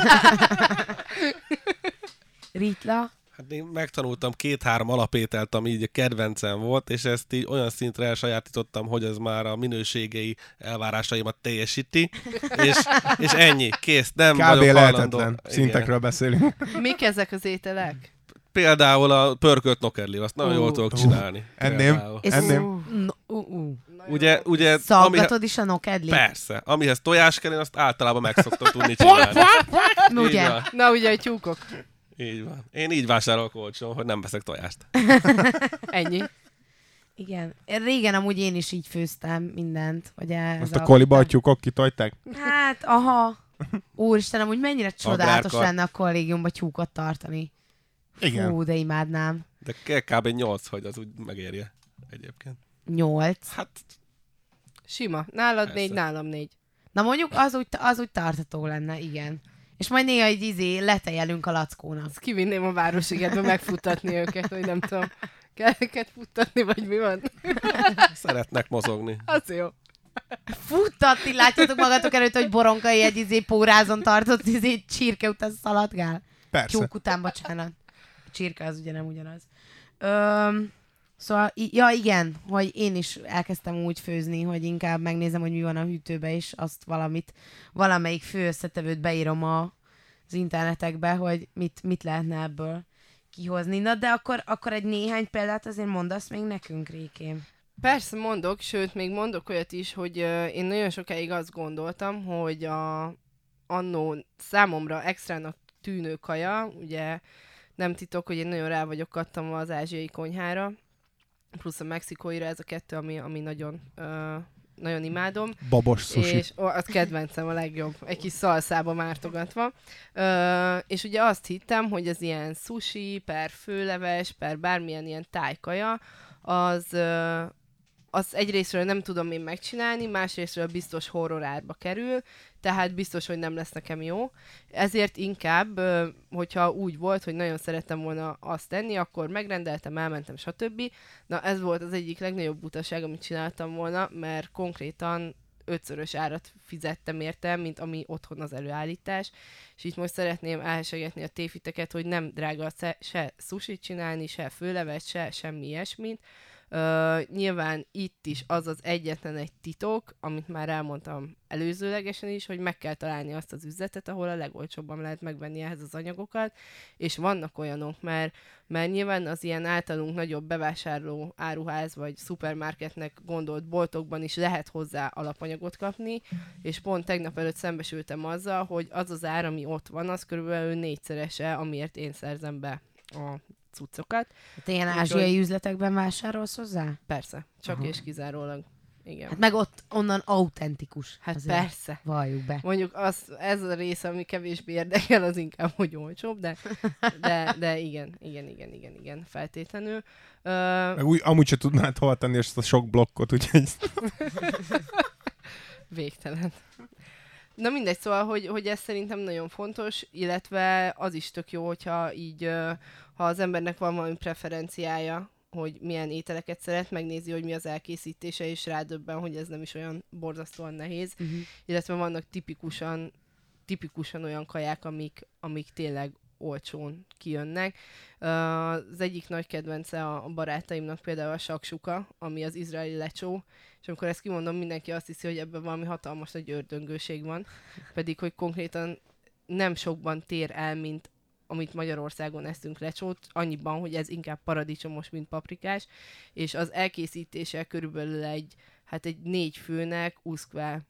Ritla? Hát én megtanultam két-három alapételt, ami így a kedvencem volt, és ezt így olyan szintre elsajátítottam, hogy ez már a minőségei elvárásaimat teljesíti, és, és ennyi, kész, nem Kb. vagyok lehetetlen hajlandó. szintekről Igen. beszélünk. Mik ezek az ételek? Például a pörkölt nokerli, azt nagyon Uh, jól tudok uh, csinálni. enném. Például. És Enném. No, uh, uh. Ugye, ugye Szaggatod is a nokedlit? persze, amihez tojás kell, én azt általában meg szoktam tudni csinálni. Így Ugye? van. Na ugye a tyúkok. Így van. Én így vásárolok olcsón, hogy nem veszek tojást. Ennyi. Igen. Régen amúgy én is így főztem mindent. Hogy ez Azt a koliba a tyúkok kitojták? Hát, aha. Úristen, amúgy mennyire csodálatos Agrárkar. lenne a kollégiumba tyúkot tartani. Igen. Fú, de imádnám. De kell kb. nyolc, hogy az úgy megérje egyébként. Nyolc. Hát, Sima. Nálad Persze. négy, nálam négy. Na mondjuk az úgy, az úgy tartható lenne, igen. És majd néha egy izé letejelünk a lackónak. Azt kivinném a városigetbe megfuttatni őket, hogy nem tudom. Kell őket futtatni, vagy mi van? szeretnek mozogni. Az jó. Futtatni, látjátok magatok előtt, hogy Boronkai egy izé pórázon tartott izé csirke után szaladgál. Persze. Tyúk után, bocsánat. A csirke az ugye nem ugyanaz. Öm, szóval, i- ja igen, hogy én is elkezdtem úgy főzni, hogy inkább megnézem, hogy mi van a hűtőbe, és azt valamit, valamelyik főösszetevőt beírom a, az internetekbe, hogy mit, mit lehetne ebből kihozni. Na, de akkor, akkor egy néhány példát azért mondasz még nekünk, Rékém. Persze mondok, sőt, még mondok olyat is, hogy uh, én nagyon sokáig azt gondoltam, hogy a annó számomra extrának tűnő kaja, ugye nem titok, hogy én nagyon rá vagyok kattanva az ázsiai konyhára, plusz a mexikóira, ez a kettő, ami, ami nagyon, uh, nagyon imádom. Babos sushi. És ó, az kedvencem a legjobb, egy kis szalszába mártogatva. Ö, és ugye azt hittem, hogy az ilyen sushi, per főleves, per bármilyen ilyen tájkaja, az, ö, az egyrésztről nem tudom én megcsinálni, másrésztről biztos horror árba kerül, tehát biztos, hogy nem lesz nekem jó. Ezért inkább, ö, hogyha úgy volt, hogy nagyon szerettem volna azt tenni, akkor megrendeltem, elmentem, stb. Na ez volt az egyik legnagyobb butaság, amit csináltam volna, mert konkrétan ötszörös árat fizettem érte, mint ami otthon az előállítás, és itt most szeretném elhesegetni a tévhiteket, hogy nem drága se, se sushit csinálni, se főlevet, se semmi ilyesmit. Uh, nyilván itt is az az egyetlen egy titok, amit már elmondtam előzőlegesen is, hogy meg kell találni azt az üzletet, ahol a legolcsóbban lehet megvenni ehhez az anyagokat, és vannak olyanok, mert, mert nyilván az ilyen általunk nagyobb bevásárló áruház vagy szupermarketnek gondolt boltokban is lehet hozzá alapanyagot kapni, és pont tegnap előtt szembesültem azzal, hogy az az ár, ami ott van, az körülbelül négyszerese, amiért én szerzem be a cuccokat. Te ilyen Úgyhogy- ázsiai üzletekben vásárolsz hozzá? Persze, csak Aha. és kizárólag. igen. Hát meg ott onnan autentikus. Hát azért. persze. Valljuk be. Mondjuk az, ez a része, ami kevésbé érdekel, az inkább, hogy olcsóbb, de, de, de igen, igen, igen, igen, igen, feltétlenül. Uh, Meg úgy, amúgy se tudnád hova tenni ezt a sok blokkot, úgyhogy... Végtelen. Na mindegy, szóval, hogy, hogy ez szerintem nagyon fontos, illetve az is tök jó, hogyha így, ha az embernek van valami preferenciája, hogy milyen ételeket szeret, megnézi, hogy mi az elkészítése, és rádöbben, hogy ez nem is olyan borzasztóan nehéz. Uh-huh. Illetve vannak tipikusan, tipikusan olyan kaják, amik, amik tényleg olcsón kijönnek. Az egyik nagy kedvence a barátaimnak például a saksuka, ami az izraeli lecsó, és amikor ezt kimondom, mindenki azt hiszi, hogy ebben valami hatalmas nagy ördöngőség van, pedig hogy konkrétan nem sokban tér el, mint amit Magyarországon eszünk lecsót, annyiban, hogy ez inkább paradicsomos, mint paprikás, és az elkészítése körülbelül egy, hát egy négy főnek úszkve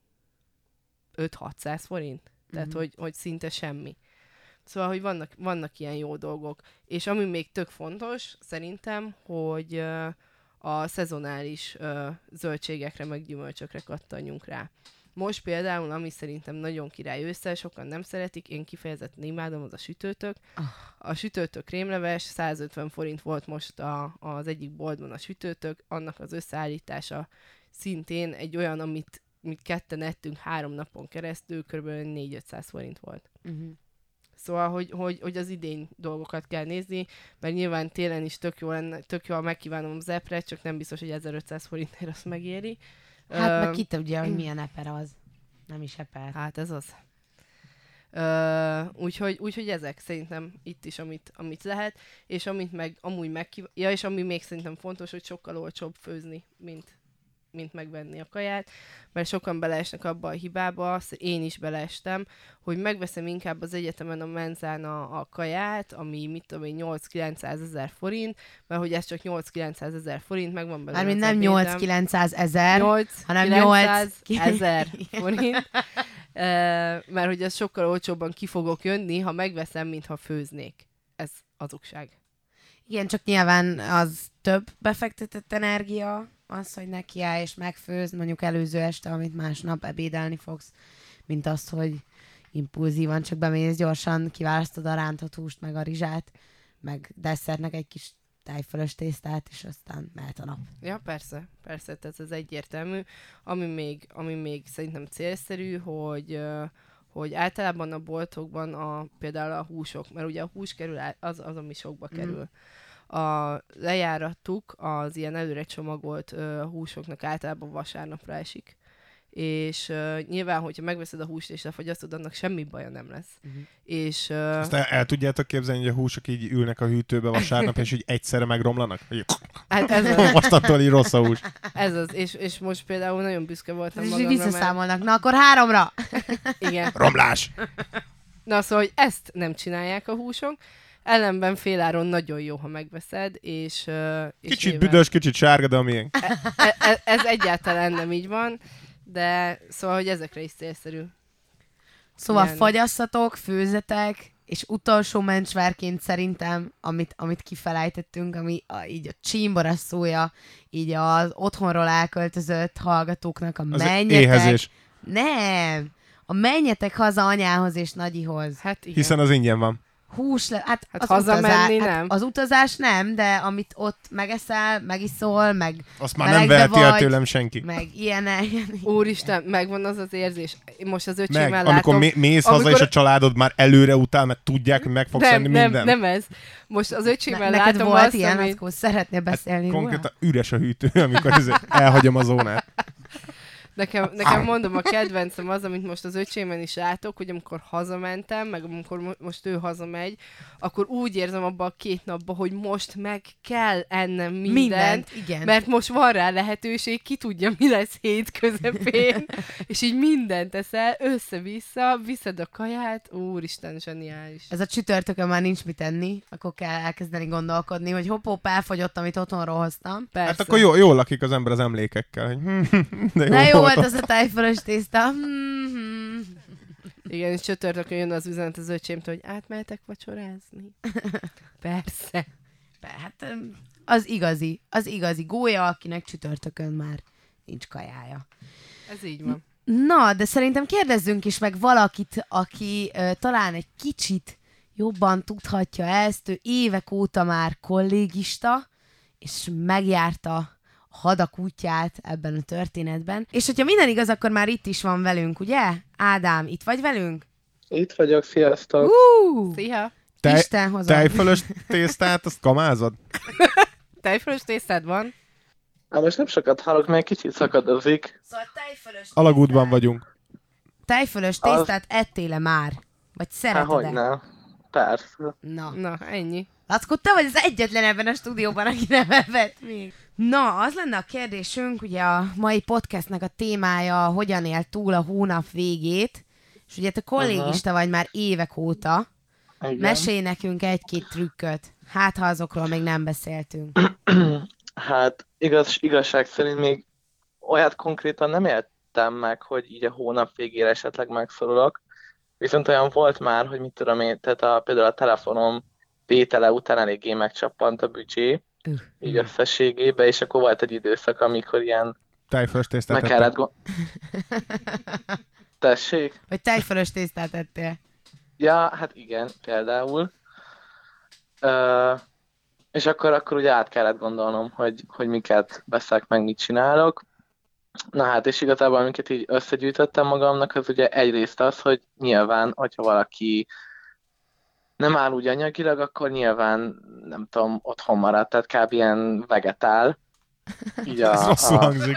öt-hatszáz forint. Tehát, mm-hmm. hogy, hogy szinte semmi. Szóval, hogy vannak, vannak ilyen jó dolgok. És ami még tök fontos, szerintem, hogy uh, a szezonális uh, zöldségekre, meg gyümölcsökre kattanjunk rá. Most például, ami szerintem nagyon király ősszel, sokan nem szeretik, én kifejezetten imádom, az a sütőtök. Oh. A sütőtök krémleves, százötven forint volt most a, az egyik boltban a sütőtök, annak az összeállítása szintén egy olyan, amit, amit ketten ettünk három napon keresztül, kb. négy-ötszáz forint volt. Uh-huh. Szóval, hogy, hogy, hogy az idény dolgokat kell nézni, mert nyilván télen is tök jó lenne, tök jól megkívánom az epre, csak nem biztos, hogy ezerötszáz forintért azt megéri. Hát uh, meg ki tudja, hogy milyen eper az. Nem is eper. Hát ez az. Uh, úgyhogy, úgyhogy ezek szerintem itt is, amit, amit lehet, és amit meg amúgy megkív... Ja, és ami még szerintem fontos, hogy sokkal olcsóbb főzni, mint, mint megvenni a kaját, mert sokan beleesnek abba a hibába, én is beleestem, hogy megveszem inkább az egyetemen a menzán a, a kaját, ami mit tudom én nyolc-kilencszáz ezer forint, mert hogy ez csak nyolc-kilencszáz ezer forint, megvan belőle. Mármint nem nyolc-kilencszáz ezer, hanem nyolc ezer forint, uh, mert hogy ez sokkal olcsóbban ki fogok jönni, ha megveszem, mintha főznék. Ez hazugság. Igen, csak nyilván az több befektetett energia, az, hogy nekiállj és megfőzd mondjuk előző este, amit másnap ebédelni fogsz, mint az, hogy impulzívan csak bemész gyorsan, kiválasztod a rántott húst, meg a rizsát, meg desszertnek egy kis tejfölös tésztát, és aztán mehet a nap. Ja, persze, persze, ez az egyértelmű. Ami még, ami még szerintem célszerű, hogy, hogy általában a boltokban a, például a húsok, mert ugye a hús kerül, az, az ami sokba kerül. Mm. A lejáratuk az ilyen előre csomagolt uh, húsoknak általában vasárnapra esik. És uh, nyilván, hogyha megveszed a húst és lefagyasztod, annak semmi baja nem lesz. Uh-huh. És, uh, Azt el, el tudjátok képzelni, hogy a húsok így ülnek a hűtőbe vasárnap, és így egyszerre megromlanak? Hát ez az. Mostantól így rossz a hús. Ez az, és, és most például nagyon büszke voltam magamra. És visszaszámolnak, mert... na akkor háromra! Igen. Romlás! Na szóval, hogy ezt nem csinálják a húsok, ellenben féláron nagyon jó, ha megveszed, és... Uh, és kicsit nyilván... büdös, kicsit sárga, de amilyen. E, e, ez egyáltalán nem így van, de szóval, hogy ezekre is célszerű. Szóval Jelen. Fagyasszatok, főzetek, és utolsó mencsvárként szerintem, amit, amit kifelejtettünk, ami a, így a csímbora szója, így az otthonról elköltözött hallgatóknak a az menjetek. Éhezés. Nem! A menjetek haza anyához és nagyihoz. Hát igen. Hiszen az ingyen van. Hús le, hát, hát az hazamenni utazás, nem. Hát az utazás nem, de amit ott megeszel, megiszol, meg azt már nem veheti el tőlem senki. Meg ilyenek. Úristen, megvan az az érzés. Most az öcsémmel meg, látom. amikor mé- mész amikor... haza, és a családod már előre utál, mert tudják, hogy meg fogsz nem, enni nem, minden. Nem, ez. Most az öcsémmel ne, látom neked volt azt, ilyen, amit... akkor szeretnél beszélni hát róla? konkrétan üres a hűtő, amikor elhagyom a zónát. Nekem, nekem mondom, a kedvencem az, amit most az öcsémen is látok, hogy amikor hazamentem, meg amikor mo- most ő hazamegy, akkor úgy érzem abban a két napban, hogy most meg kell ennem mindent, mindent igen. mert most van rá lehetőség, ki tudja, mi lesz hét közepén, és így mindent eszel, össze-vissza, viszed a kaját, úristen, zseniális. Ez a csütörtökön már nincs mit enni, akkor kell elkezdeni gondolkodni, hogy hopp-hopp, elfogyott, amit otthonról hoztam. Persze. Hát akkor jól, jól lakik az ember az emlékekkel. Hogy de jó, de jó volt volt az a tejfölös tészta. Mm-hmm. Igen, és csütörtökön jön az üzenet az öcsémtől, hogy átmehetek vacsorázni. Persze. Hát az igazi, az igazi gólya, akinek csütörtökön már nincs kajája. Ez így van. Na, de szerintem kérdezzünk is meg valakit, aki uh, talán egy kicsit jobban tudhatja ezt, ő évek óta már kollégista, és megjárta a hadak útját ebben a történetben. És hogyha minden igaz, akkor már itt is van velünk, ugye? Ádám, itt vagy velünk? Itt vagyok, sziasztok! Uh, Szia! Te, Isten hozad. tejfölös tésztát, azt kamázod? Tejfölös tésztád van? Hát most nem sokat hallok, mert kicsit szakadozik. Szóval tejfölös Alagútban vagyunk. Tejfölös Az- tésztát ettél-e már? Vagy Hát szereted-e? hogy nem? Persze. Na. Na, ennyi. Lackó, te vagy az egyetlen ebben a stúdióban, aki nem evett még. Na, az lenne a kérdésünk, ugye a mai podcastnek a témája, hogyan él túl a hónap végét, és ugye te kollégista vagy már évek óta. Igen. Mesélj nekünk egy-két trükköt. Hát, ha azokról még nem beszéltünk. Hát igaz, igazság szerint még olyat konkrétan nem éltem meg, hogy így a hónap végére esetleg megszorulok. Viszont olyan volt már, hogy mit tudom én, tehát a, például a telefonom vétele után eléggé megcsappant a büdzsé, Üh. így összességében, és akkor volt egy időszak, amikor ilyen Tejfölös tésztát meg ettem. kellett gond... Tessék? Vagy tejfölös tésztát ettél. Ja, hát igen, például. Ö, és akkor, akkor ugye át kellett gondolnom, hogy, hogy miket veszek, meg mit csinálok. Na hát, és igazából amiket így összegyűjtöttem magamnak, az ugye egyrészt az, hogy nyilván, hogyha valaki nem áll úgy anyagilag, akkor nyilván, nem tudom, otthon marad, tehát kb. Ilyen vegetál. Így a, Ez rosszul a, hangzik.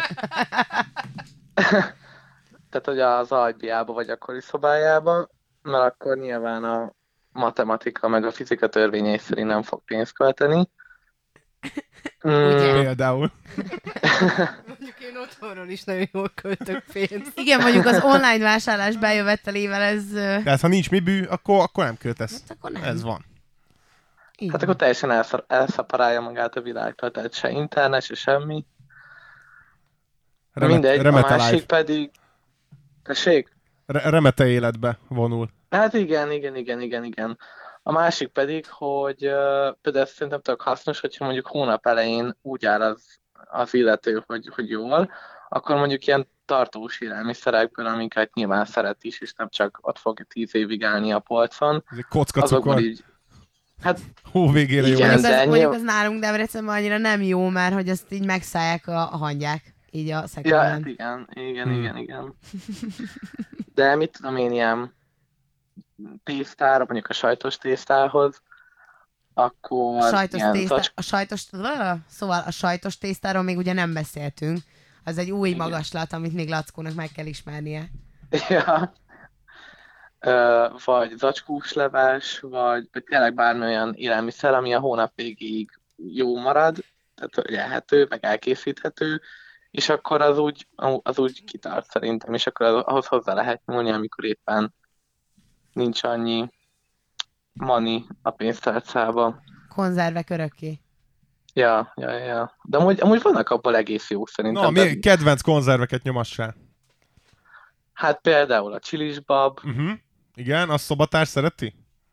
tehát, hogy az albiába vagy a kori szobájába, mert akkor nyilván a matematika meg a fizika törvényei szerint nem fog pénzt költeni. Ugye? Mm, Például. Mondjuk én otthonról is nagyon jól költök pénzt. Igen, mondjuk az online vásárlás bejövetelével ez... ö, Tehát ha nincs mi bű, akkor, akkor nem költesz. Hát akkor nem. Ez van. Így hát van. akkor teljesen elszar, elszaparálja magát a világtól, tehát se internet, se semmi. Remet, Mindegy, a remete másik life. pedig... Tessék? Re- remete életbe vonul. Hát igen, igen, igen, igen, igen. A másik pedig, hogy uh, például ezt szerintem tök hasznos, hogyha mondjuk hónap elején úgy áll az, az illető, hogy, hogy jól, akkor mondjuk ilyen tartós élelmiszerekből, amiket nyilván szeret is, és nem csak ott fog tíz évig állni a polcon, Ez egy kocka azokból cukor. így... Hát Hó végére jó Igen, lesz. Mondjuk, de az, mondjuk nyilv- az nálunk Debrecenben annyira nem jó, mert hogy azt így megszállják a, a hangyák. Így a ja, szekrényben. hát igen, igen, Hmm. igen, igen. De mit tudom én, ilyen tésztára, mondjuk a sajtos tésztához, akkor Sajtos ilyen tészta, zacsk- a sajtos, szóval a sajtos tésztáról még ugye nem beszéltünk. Az egy új Igen. magaslat, amit még Lackónak meg kell ismernie. Ja. Ö, vagy zacskós leves, vagy, vagy tényleg bármi olyan élelmiszer, ami a hónap végéig jó marad, tehát hogy ehető, meg elkészíthető, és akkor az úgy, az úgy kitart szerintem, és akkor az, ahhoz hozzá lehet nyúlni, amikor éppen nincs annyi money a pénztárcában. Konzervek örökké. Ja, ja, ja. De amúgy, amúgy vannak abból egész jók szerintem. Na, de- mi kedvenc konzerveket nyomassál? Hát például a csilisbab, Uh-huh. Igen, azt szobatárs szereti?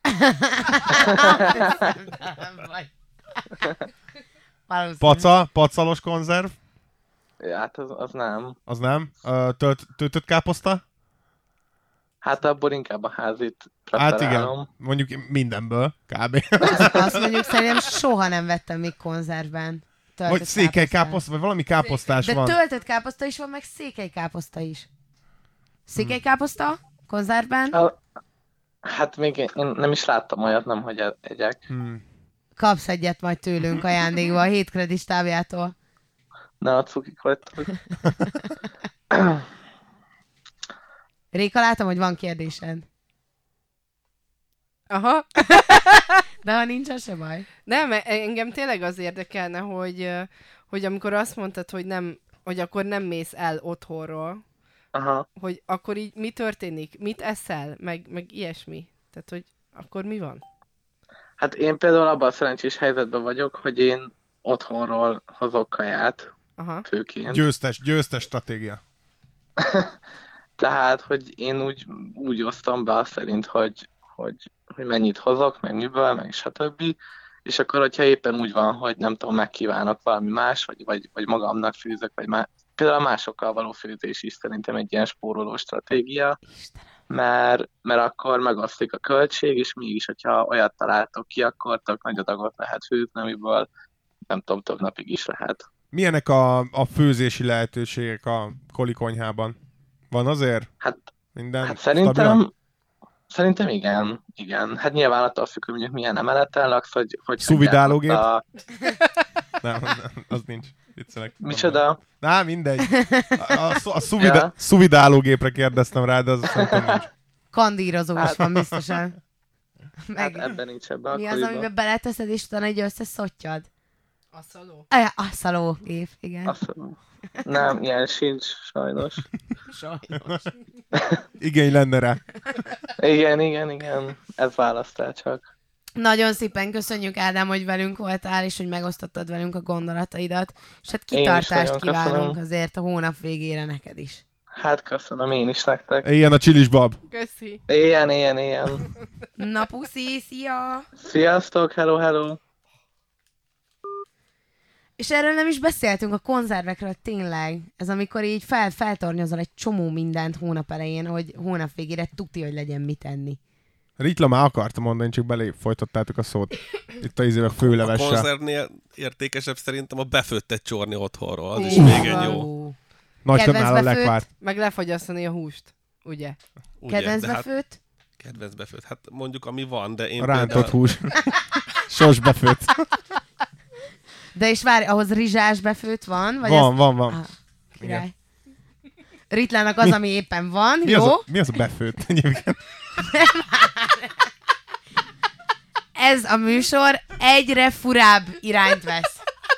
Nem vagy. Valószínű. Paca, pacalos konzerv? hát az, az nem. Az nem. Ö, Tölt, töltött káposzta? Hát abból inkább a házit Hát preferálom. igen, mondjuk mindenből, kb. Azt mondjuk szerintem soha nem vettem még konzervben. Töltött Vagy székely káposztát. káposzta, vagy valami káposztás De van. töltött káposzta is van, meg székely káposzta is. Székely káposzta? Konzervben? A- Hát még én, én nem is láttam olyat, nem, hogy e- egyek. Hmm. Kapsz egyet majd tőlünk ajándékba a hét kredis távjától. Ne a cukik vagytok. Réka, látom, hogy van kérdésed. Aha. De ha nincs, az se baj. Nem, e- engem tényleg az érdekelne, hogy, ö, hogy amikor azt mondtad, hogy nem, hogy akkor nem mész el otthonról, Aha. hogy akkor így mi történik? Mit eszel? Meg, meg ilyesmi. Tehát, hogy akkor mi van? Hát én például abban a szerencsés helyzetben vagyok, hogy én otthonról hozok kaját, Aha. főként. Győztes, győztes stratégia. Tehát, hogy én úgy, úgy osztom be azt szerint, hogy, hogy, hogy mennyit hozok, meg miből, meg stb. és akkor, hogyha éppen úgy van, hogy nem tudom, megkívánok valami más, vagy, vagy, vagy magamnak főzök, vagy má... például a másokkal való főzés is szerintem egy ilyen spóroló stratégia, mert, mert akkor megosztik a költség, és mégis, hogyha olyat találtok ki, akkor tök nagy adagot lehet főzni, amiből nem tudom, több napig is lehet. Milyenek a, a főzési lehetőségek a Koli konyhában? Van azért? Hát, Minden hát szerintem, stabilan? szerintem igen, igen. Hát nyilván attól függ, hogy mondjuk milyen emeleten laksz, hogy... hogy Szuvidálógép? a... Nem, nem, az nincs. Viccelek. Micsoda? Na, mindegy. A, a, a szuvida, Ja. szuvidálógépre kérdeztem rá, de az szerintem nincs. Kandírozó is Hát- van biztosan. Hát Meg, ebben nincs ebben mi a az, koriban. amiben beleteszed, és utána egy összeszottyad? Aszaló? Aj, asszalógép, igen. Azt mondom. Nem, ilyen sincs, sajnos. Sajnos. Igény lenne rá. Igen, igen, igen. Ez választál csak. Nagyon szépen köszönjük, Ádám, hogy velünk voltál, és hogy megosztottad velünk a gondolataidat. És hát Én is kitartást nagyon kívánunk köszönöm. azért a hónap végére neked is. Hát köszönöm én is nektek. Ilyen a csilis bab. Köszi. Ilyen, ilyen, ilyen. Na puszi, szia! Sziasztok, hello, hello. És erről nem is beszéltünk a konzervekről, tényleg. Ez amikor így fel, feltornyozol egy csomó mindent hónap elején, hogy hónap végére tuti, hogy legyen mit enni. Ritla már akarta mondani, csak belé folytattátok a szót. Itt a izével A főlevessel. konzervnél értékesebb szerintem a befőttet csorni otthonról. Az is Hú, még egy jó. hú. Nagy Kedvenc kanál a befőtt? lekvár. Meg lefagyasztani a húst, ugye? Ugye? Kedvenc De hát befőtt? kedvenc befőtt. Hát mondjuk ami van, de én A rántott például... hús. Sos befőtt. De és várj, ahhoz rizsás befőtt van? Vagy Van, az... van, van. Ah, király. Ritlának az, Mi? ami éppen van, Mi jó? az, a, mi az a befőtt egyébként? Ez a műsor egyre furább irányt vesz.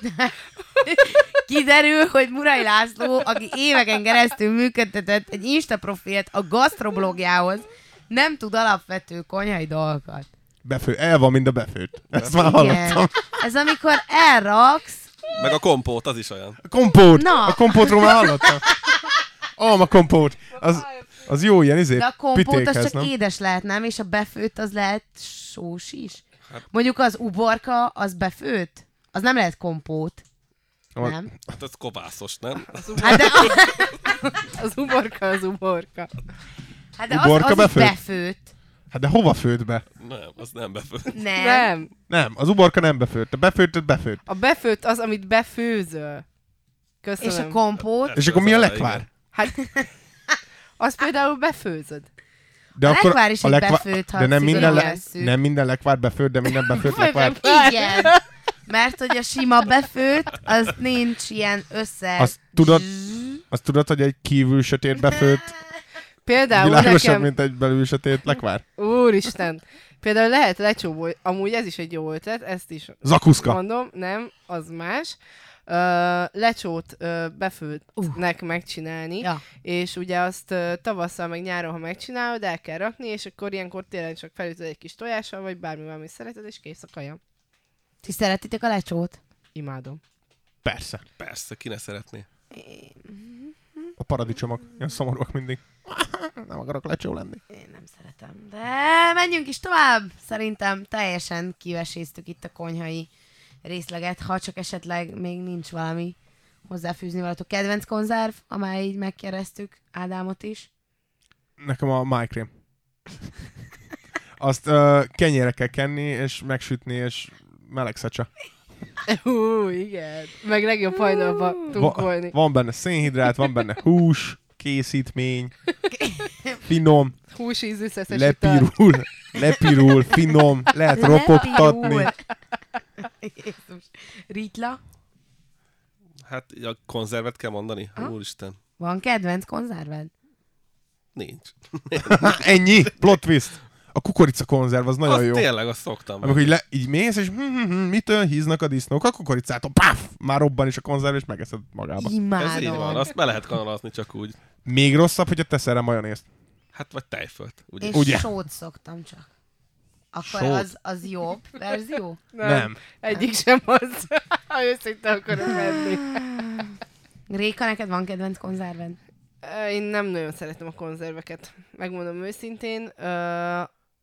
Kiderül, hogy Murai László, aki éveken keresztül működtetett egy Insta profilt a gasztroblogjához, nem tud alapvető konyhai dolgokat. Befő. El van, mind a befőtt. Ezt már Igen. hallottam. Ez amikor elraksz, Meg a kompót, az is olyan. A kompót. Na. A kompótról már hallottam. Ó, oh, a kompót. Az, az jó ilyen, izé, de a kompót az pitékhez, csak nem? édes lehet, nem? És a befőtt az lehet sós is. Mondjuk az uborka, az befőtt? Az nem lehet kompót. Van- Nem? Hát az kovászos, nem? Hát de, Az uborka, az uborka. hát de az, Uborka az is befőtt? befőtt. Hát de hova főtt be? Nem, az nem befőtt. Nem. Nem. Nem, az uborka nem befőtt. A befőttet befőtt. A befőtt az, amit befőzöl. Köszönöm. És a kompót. És akkor mi a az lekvár? igen. Hát, azt például befőzöd. De A lekvár is egy befőtt, ha de nem minden, le, szigorúan nem minden lekvár befőtt, de minden befőtt lekvár. Igen. Mert hogy a sima befőtt, az nincs ilyen össze... Azt tudod, azt tudod, hogy egy kívül sötét befőtt Például világosabb, nekem... mint egy belül sötét lekvár? Úristen. Például lehet lecsóból, amúgy ez is egy jó ötlet, ezt is Zakuszka. mondom, nem, az más. Uh, lecsót uh, befőttnek uh. megcsinálni, Ja. és ugye azt uh, tavasszal meg nyáron, ha megcsinálod, el kell rakni, és akkor ilyenkor tényleg csak felütöd egy kis tojással, vagy bármivel, amit szereted, és kész a kaja. Ti szeretitek a lecsót? Imádom. Persze. Persze, ki ne szeretné. A paradicsomok. Ilyen szomorúak mindig. Nem akarok lecsó lenni. Én nem szeretem. De menjünk is tovább. Szerintem teljesen kiveséztük itt a konyhai részleget, ha csak esetleg még nincs valami hozzáfűzni valatok. Kedvenc konzerv, amely így megkérdeztük Ádámot is. Nekem a májkrém. Azt uh, kenyére kell kenni, és megsütni, és meleg szecsa. Hú, igen. Meg legjobb hajnalba tunkolni. Van benne szénhidrát, van benne hús, készítmény, finom, Húsízű szeszes ital. lepirul, lepirul, finom, lehet ropogtatni. Lepirul. Jézus. Ritla, Hát a konzervet kell mondani? Ha? Úristen. van kedvenc konzerved? Nincs. Ennyi, plot twist. A kukorica konzerv, az nagyon Azt jó. tényleg, azt szoktam. Amikor így, le, így mész, és hm, hm, hm, mitől híznak a disznók? A kukoricától, páf! Már robban is a konzerv, és megeszed magába. Imádom. Ez így van, azt be lehet kanalazni csak úgy. Még rosszabb, hogyha teszel rá majonézt. Hát vagy tejfölt, ugye? Én Ugye? sót szoktam csak. Akkor Sót? az, az jobb verzió? Nem. Nem. Egyik sem az. Ha őszinte akarok menni. Réka, neked van kedvenc konzerved? Ö, Én nem nagyon szeretem a konzerveket. Megmondom őszintén. Ö,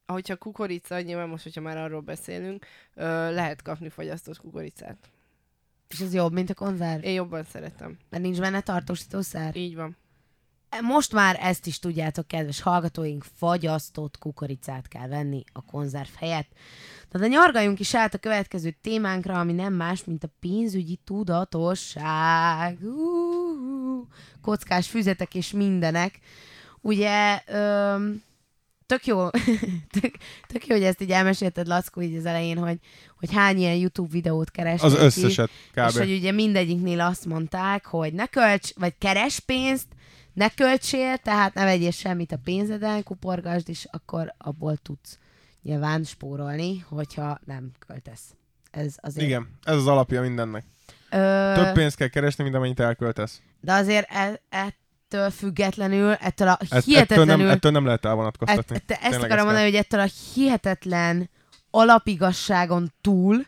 hogyha kukorica, nyilván most, hogyha már arról beszélünk, ö, lehet kapni fagyasztott kukoricát. És ez jobb, mint a konzerv? Én jobban szeretem. Mert nincs benne tartósítószer? Így van. Most már ezt is tudjátok, kedves hallgatóink, fagyasztott kukoricát kell venni a konzerv helyett. Tehát a nyargaljunk is át a következő témánkra, ami nem más, mint a pénzügyi tudatosság. Uh, kockás füzetek és mindenek. Ugye, öm, tök jó, tök, tök jó, hogy ezt így elmesélted, Lackó, így az elején, hogy, hogy hány ilyen YouTube videót keresnek Az összeset, kb. És hogy ugye mindegyiknél azt mondták, hogy ne költs, vagy keres pénzt, ne költsél, tehát ne vegyél semmit a pénzeden, kuporgasd, és akkor abból tudsz nyilván spórolni, hogyha nem költesz. Ez azért... Igen, ez az alapja mindennek. Ö... Több pénzt kell keresni, mint amennyit elköltesz. De azért e- ettől függetlenül, ettől a Ezt, hihetetlenül... ettől, nem, ettől nem lehet elvonatkoztatni. Et, te, ezt Tényleg akarom mondani, hogy ettől a hihetetlen alapigasságon túl...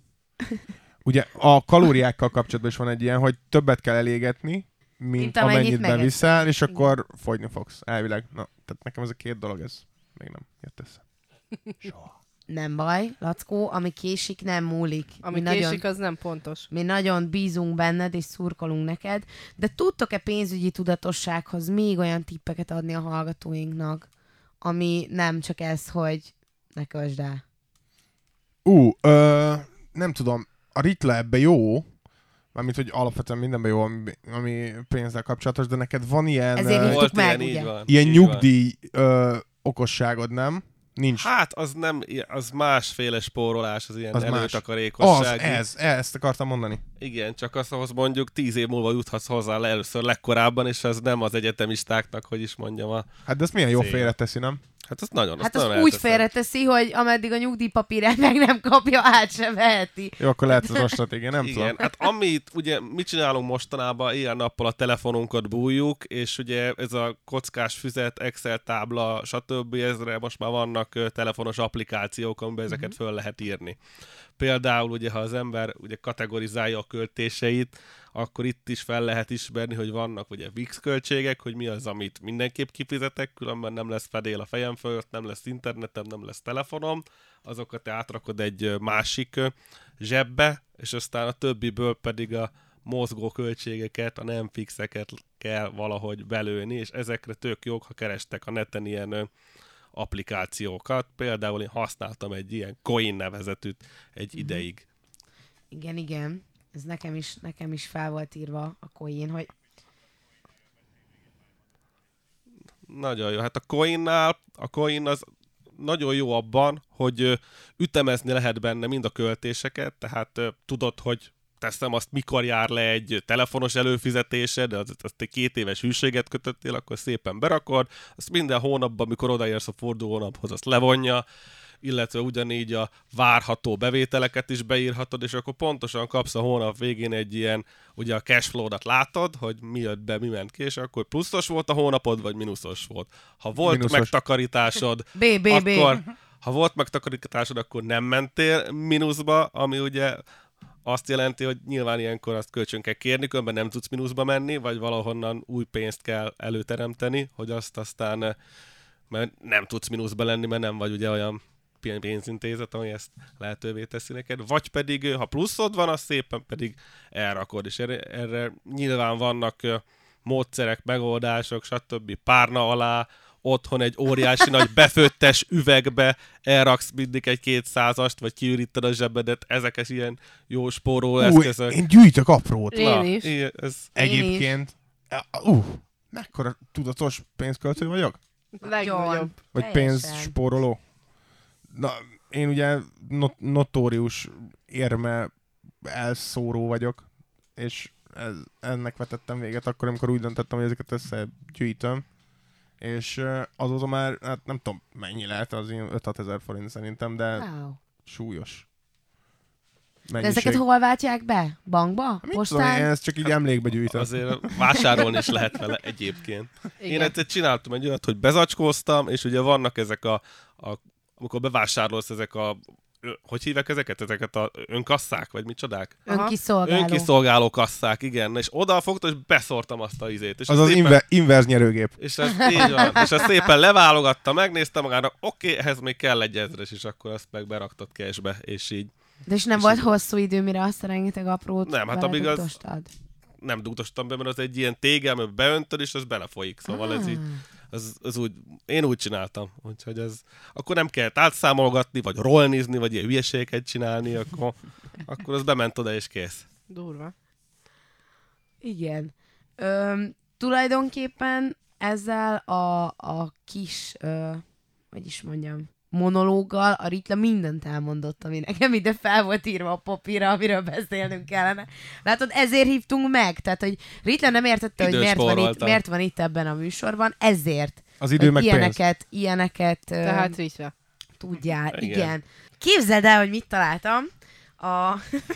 Ugye a kalóriákkal kapcsolatban is van egy ilyen, hogy többet kell elégetni, mint, Mint mint amennyit amennyit megeszel. beviszel, és akkor fogyni fogsz. Elvileg. Na, tehát nekem ez a két dolog, ez még nem jött össze. Soha. Nem baj, Lackó, ami késik, nem múlik. Ami mi késik, nagyon, az nem pontos. mi nagyon bízunk benned, és szurkolunk neked, de tudtok-e pénzügyi tudatossághoz még olyan tippeket adni a hallgatóinknak, ami nem csak ez, hogy ne költsd el? Ú, uh, ö, nem tudom, a Ritla ebbe jó, mármint, hogy alapvetően mindenben jó, ami, ami pénzzel kapcsolatos, de neked van ilyen, Ezért ö, hívtuk Volt meg, ilyen, ugye? így van. ilyen így van. nyugdíj ö, okosságod, nem? Nincs. Hát, az nem, az másféle spórolás, az ilyen Az más. előtakarékosság. Az, ez, ezt akartam mondani. Igen, csak azt, ahhoz mondjuk tíz év múlva juthatsz hozzá le először legkorábban, és az nem az egyetemistáknak, hogy is mondjam a... Hát de ezt milyen jó Cél. félreteszi, nem? Hát az nagyon, Hát azt azt nagyon úgy elteszem. félreteszi, hogy ameddig a nyugdíjpapírát meg nem kapja, át sem veheti. Jó, akkor lehet ez a stratégia, nem Igen, tudom. hát amit, ugye, mit csinálunk mostanában, éjjel-nappal a telefonunkat bújjuk, és ugye ez a kockás füzet, Excel tábla, stb. Ezre most már vannak ö, telefonos applikációk, amiben ezeket föl lehet írni. Például, ugye, ha az ember ugye kategorizálja a költéseit, akkor itt is fel lehet ismerni, hogy vannak ugye fix költségek, hogy mi az, amit mindenképp kifizetek, különben nem lesz fedél a fejem fölött, nem lesz internetem, nem lesz telefonom, azokat te átrakod egy ö, másik ö, zsebbe, és aztán a többiből pedig a mozgó költségeket, a nem fixeket kell valahogy belőni, és ezekre tök jók, ha kerestek a neten ilyen ö, applikációkat. Például én használtam egy ilyen Coin nevezetűt egy ideig. Igen, igen. Ez nekem is, nekem is fel volt írva a coin, hogy Nagyon jó. Hát a Coinnál, a Coin az nagyon jó abban, hogy ö, ütemezni lehet benne mind a költéseket, tehát ö, tudod, hogy teszem azt, mikor jár le egy telefonos előfizetése, de azt az, te két éves hűséget kötöttél, akkor szépen berakod, azt minden hónapban, amikor odaérsz a forduló hónaphoz, azt levonja, illetve ugyanígy a várható bevételeket is beírhatod, és akkor pontosan kapsz a hónap végén egy ilyen, ugye a cashflow-dat látod, hogy mi jött be, mi ment ki, és akkor pluszos volt a hónapod, vagy mínuszos volt. Ha volt Minuszos. megtakarításod, B, B, B. akkor, ha volt megtakarításod, akkor nem mentél mínuszba, ami ugye azt jelenti, hogy nyilván ilyenkor azt kölcsön kell kérni, különben nem tudsz mínuszba menni, vagy valahonnan új pénzt kell előteremteni, hogy azt aztán, mert nem tudsz mínuszba lenni, mert nem vagy ugye olyan pénzintézet, ami ezt lehetővé teszi neked, vagy pedig, ha pluszod van, az szépen pedig elrakod, és erre, erre nyilván vannak módszerek, megoldások, stb. Párna alá, otthon egy óriási nagy befőttes üvegbe elraksz mindig egy kétszázast, vagy kiüríted a zsebedet, ezek ilyen jó spóroló Ú, eszközök. én gyűjtök aprót. Én Na, is. ilyen, ez Egyébként, uh, mekkora tudatos pénzköltő vagyok? Legnagyobb. Vagy Teljesen. pénzspóroló? Na, én ugye not- notórius érme elszóró vagyok, és ez, ennek vetettem véget akkor, amikor úgy döntöttem, hogy ezeket összegyűjtöm. És uh, azóta már, hát nem tudom mennyi lehet, az ilyen öt-hat ezer forint szerintem, de Wow. súlyos. De ezeket hol váltják be? Bankba? Mit tudom, én Postán? ezt csak így emlékbe gyűjtöm. azért vásárolni is lehet vele egyébként. Igen. Én egyszer csináltam egy olyat, hogy bezacskóztam, és ugye vannak ezek a, a amikor bevásárolsz ezek a hogy hívják ezeket? Ezeket a önkasszák, vagy micsodák? Önkiszolgáló. Önkiszolgáló kasszák, igen. És oda fogta, és beszórtam azt a izét. És Az az szépen... inver, inverz nyerőgép. És ezt így van. És ezt szépen leválogatta, megnézte magára, oké, okay, ehhez még kell egy ezres, és akkor azt meg beraktat cashbe, és így. De és nem és volt így... hosszú idő, mire azt a rengeteg aprót nem, hát amíg az... nem dugdostam be, mert az egy ilyen tége, amiben beöntöd, és az belefolyik. Szóval ah. ez így, az, az úgy, én úgy csináltam. Úgyhogy ez, akkor nem kellett átszámolgatni, vagy rollnizni, vagy ilyen hülyeségeket csinálni, akkor, akkor az bement oda, és kész. Durva. Igen. Öm, tulajdonképpen ezzel a, a kis, ö, hogy is mondjam, monológgal a Ritla mindent elmondott, ami nekem ide fel volt írva a papírra, amiről beszélnünk kellene. Látod, ezért hívtunk meg. Tehát, hogy Ritla nem értette, hogy miért van, itt, miért van itt ebben a műsorban, ezért. Az idő meg ilyeneket, pénz. ilyeneket Tehát Ritla. Tudjál, igen. Igen. igen. Képzeld el, hogy mit találtam. A...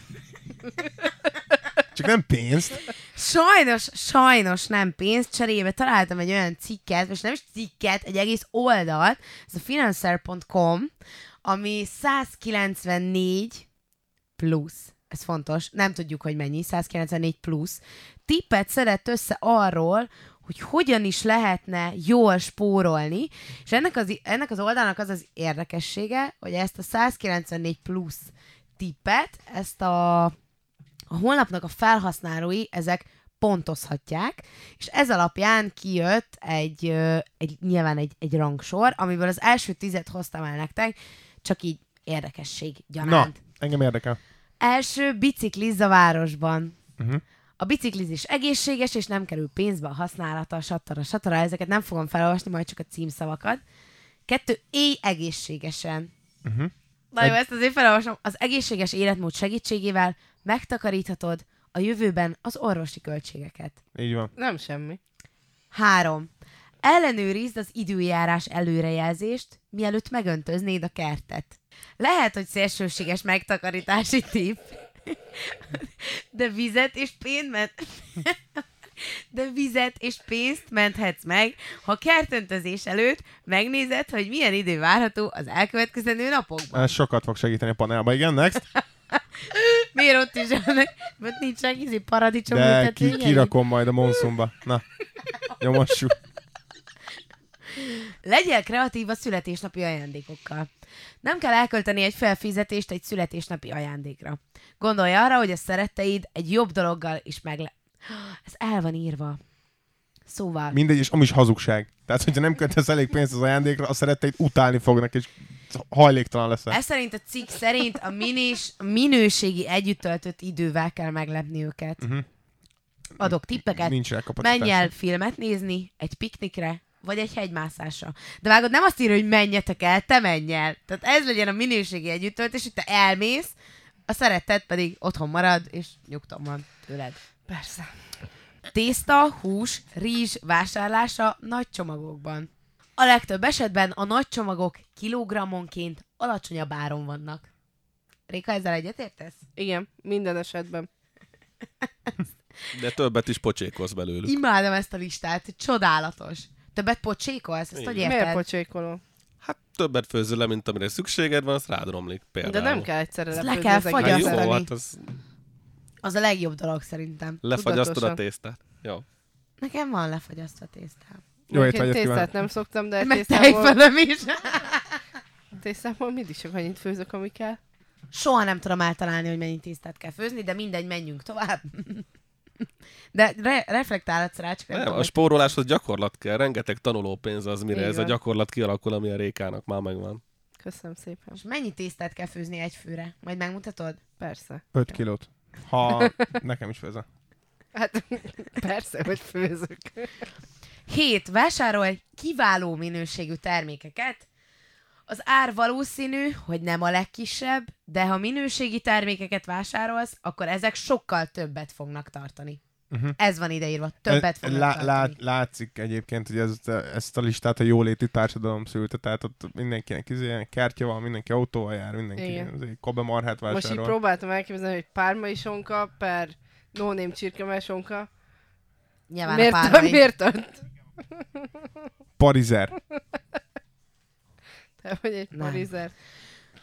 Csak nem pénzt. Sajnos, sajnos nem pénzt, cserébe találtam egy olyan cikket, és nem is cikket, egy egész oldalt, ez a financer pont com, ami százkilencvennégy plusz, ez fontos, nem tudjuk, hogy mennyi, százkilencvennégy plusz, tippet szedett össze arról, hogy hogyan is lehetne jól spórolni, és ennek az, ennek az oldalnak az az érdekessége, hogy ezt a százkilencvennégy plusz tippet, ezt a a honlapnak a felhasználói ezek pontozhatják, és ez alapján kijött egy, egy nyilván egy, egy rangsor, amiből az első tizet hoztam el nektek, csak így érdekesség gyanánt. Na, engem érdekel. Első, biciklizz a városban. Uh-huh. A biciklizés egészséges, és nem kerül pénzbe a használata, satara, satara, ezeket nem fogom felolvasni, majd csak a címszavakat. Kettő, élj egészségesen. Uh-huh. Na jó, ezt azért felolvasom. Az egészséges életmód segítségével megtakaríthatod a jövőben az orvosi költségeket. Így van. Nem semmi. Három. Ellenőrizd az időjárás előrejelzést, mielőtt megöntöznéd a kertet. Lehet, hogy szélsőséges megtakarítási tipp, de vizet és pénzt ment... de vizet és pénzt menthetsz meg, ha kertöntözés előtt megnézed, hogy milyen idő várható az elkövetkezendő napokban. Ez sokat fog segíteni a panelba. Igen, next. Miért ott is ennek? Mert nincsenek ízi paradicsom De ültetvényei? ki, kirakom majd a monszumba. Na, nyomassuk. Legyél kreatív a születésnapi ajándékokkal. Nem kell elkölteni egy felfizetést egy születésnapi ajándékra. Gondolj arra, hogy a szeretteid egy jobb dologgal is megle... Ez el van írva. Szóval... Mindegy, és amis hazugság. Tehát, hogyha nem költesz elég pénzt az ajándékra, a szeretteid utálni fognak, és hajléktalan leszel. Ez szerint a cikk szerint a minés, a minőségi együtt töltött idővel kell meglepni őket. Uh-huh. Adok tippeket. Nincs rá kapacitás. Menj el filmet nézni, egy piknikre, vagy egy hegymászásra. De vágod, nem azt írja, hogy menjetek el, te menj el. Tehát ez legyen a minőségi együttöltés, hogy te elmész, a szeretted pedig otthon marad, és nyugton van tőled. Persze. Tészta, hús, rizs vásárlása nagy csomagokban. A legtöbb esetben a nagy csomagok kilogrammonként alacsonyabb áron vannak. Réka, ezzel egyetértesz? Igen, minden esetben. De többet is pocsékolsz belőlük. Imádom ezt a listát, csodálatos. Többet pocsékolsz? Ezt hogy érted? Miért pocsékolom? Hát többet főzzöl le, mint amire szükséged van, az rád romlik például. De nem kell egyszerre Ezt le lepőzni kell az Hát egészet. fagyasztani. jó, hát az Az a legjobb dolog szerintem. lefagyasztod a Tudatosan. tésztát. Jó. Nekem van lefagyasztva tésztám. Jó Én étvágyat tésztát kívánok. nem szoktam, de Meg tésztából, tejfölöm is. tésztából mindig csak annyit főzök, ami kell. Soha nem tudom eltalálni, hogy mennyi tésztát kell főzni, de mindegy, menjünk tovább. De re- reflektálhatsz rá, csak nem Nem, tudom, a hogy- spóroláshoz gyakorlat kell, rengeteg tanulópénz az, mire Így ez a van. gyakorlat kialakul, ami a Rékának már megvan. Köszönöm szépen. És mennyi tésztát kell főzni egy főre? Majd megmutatod? Persze. öt kilót. Ha nekem is főzze. Hát persze, hogy főzök. hét. Vásárolj kiváló minőségű termékeket. Az ár valószínű, hogy nem a legkisebb, de ha minőségi termékeket vásárolsz, akkor ezek sokkal többet fognak tartani. Uh-huh. Ez van ideírva, többet fognak lá, tartani. lá, látszik egyébként, hogy ez, ezt a listát a jóléti társadalom szülte, tehát ott mindenkinek izé, kertje van, mindenki autóval jár, mindenki Igen. kobe marhát Most így vásárol. próbáltam elképzelni, hogy pármai sonka per no-name csirkemell sonka. Nyilván Miért, a pármai. miért tart? Parizer. Te vagy egy Nem. parizer.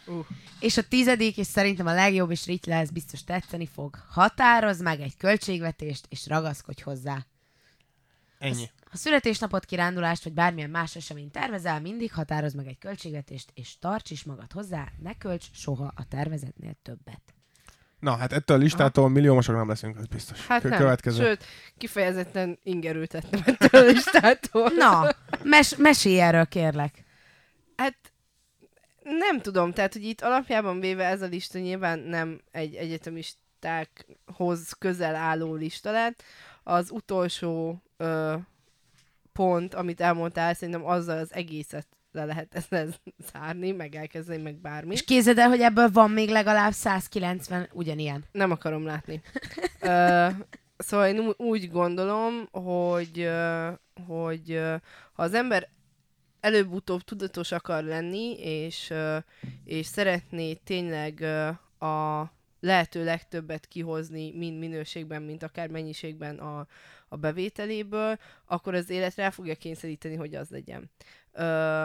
Uh. És a tizedik, és szerintem a legjobb, és Rityle ez biztos tetszeni fog. Határozz meg egy költségvetést, és ragaszkodj hozzá. Ennyi. Ha születésnapot, kirándulást, vagy bármilyen más eseményt tervezel, mindig határozd meg egy költségvetést, és tarts is magad hozzá, ne költs soha a tervezetnél többet. Na, hát ettől a listától milliómosok nem leszünk, az biztos. Hát nem, Következő. sőt, kifejezetten ingerültettem ettől a listától. Na, mes- mesélj erről, kérlek. Hát nem tudom, tehát, hogy itt alapjában véve ez a lista nyilván nem egy egyetemistákhoz közel álló lista lett. Az utolsó ö, pont, amit elmondtál, szerintem azzal az egészet le lehet ezzel zárni, meg elkezdeni, meg bármi. És képzeld el, hogy ebből van még legalább százkilencven ugyanilyen. Nem akarom látni. Ö, szóval én ú- úgy gondolom, hogy, ö, hogy ö, ha az ember előbb-utóbb tudatos akar lenni, és, ö, és szeretné tényleg ö, a lehető legtöbbet kihozni, mind minőségben, mint akár mennyiségben a, a bevételéből, akkor az élet rá fogja kényszeríteni, hogy az legyen. Ö,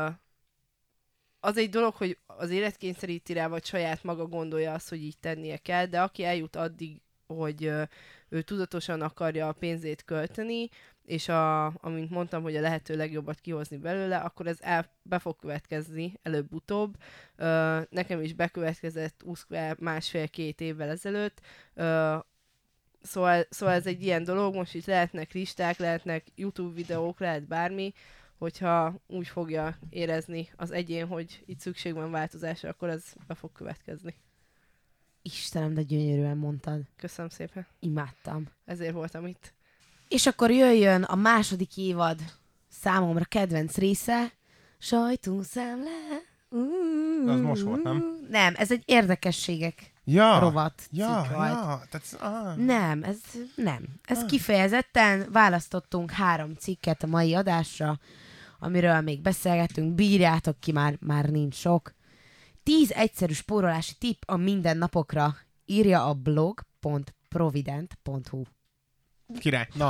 az egy dolog, hogy az élet kényszeríti rá, vagy saját maga gondolja azt, hogy így tennie kell, de aki eljut addig, hogy ö, ő tudatosan akarja a pénzét költeni, és a, amint mondtam, hogy a lehető legjobbat kihozni belőle, akkor ez el, be fog következni előbb-utóbb. Ö, nekem is bekövetkezett másfél-két évvel ezelőtt. Ö, szóval, szóval ez egy ilyen dolog, most itt lehetnek listák, lehetnek YouTube videók, lehet bármi, hogyha úgy fogja érezni az egyén, hogy itt szükség van változásra, akkor ez be fog következni. Istenem, de gyönyörűen mondtad. Köszönöm szépen. Imádtam. Ezért voltam itt. És akkor jöjjön a második évad számomra kedvenc része, sajtószemle. Uh, Az most volt, nem? Nem, ez egy érdekességek Ja, rovat ja, cikk volt. ja. Tehát, ah. Nem, ez nem. Ez Ah. kifejezetten választottunk három cikket a mai adásra, amiről még beszélgetünk. Bírjátok ki, már, már nincs sok. Tíz egyszerű spórolási tipp a mindennapokra, írja a blog pont provident pont hu. Király. Na,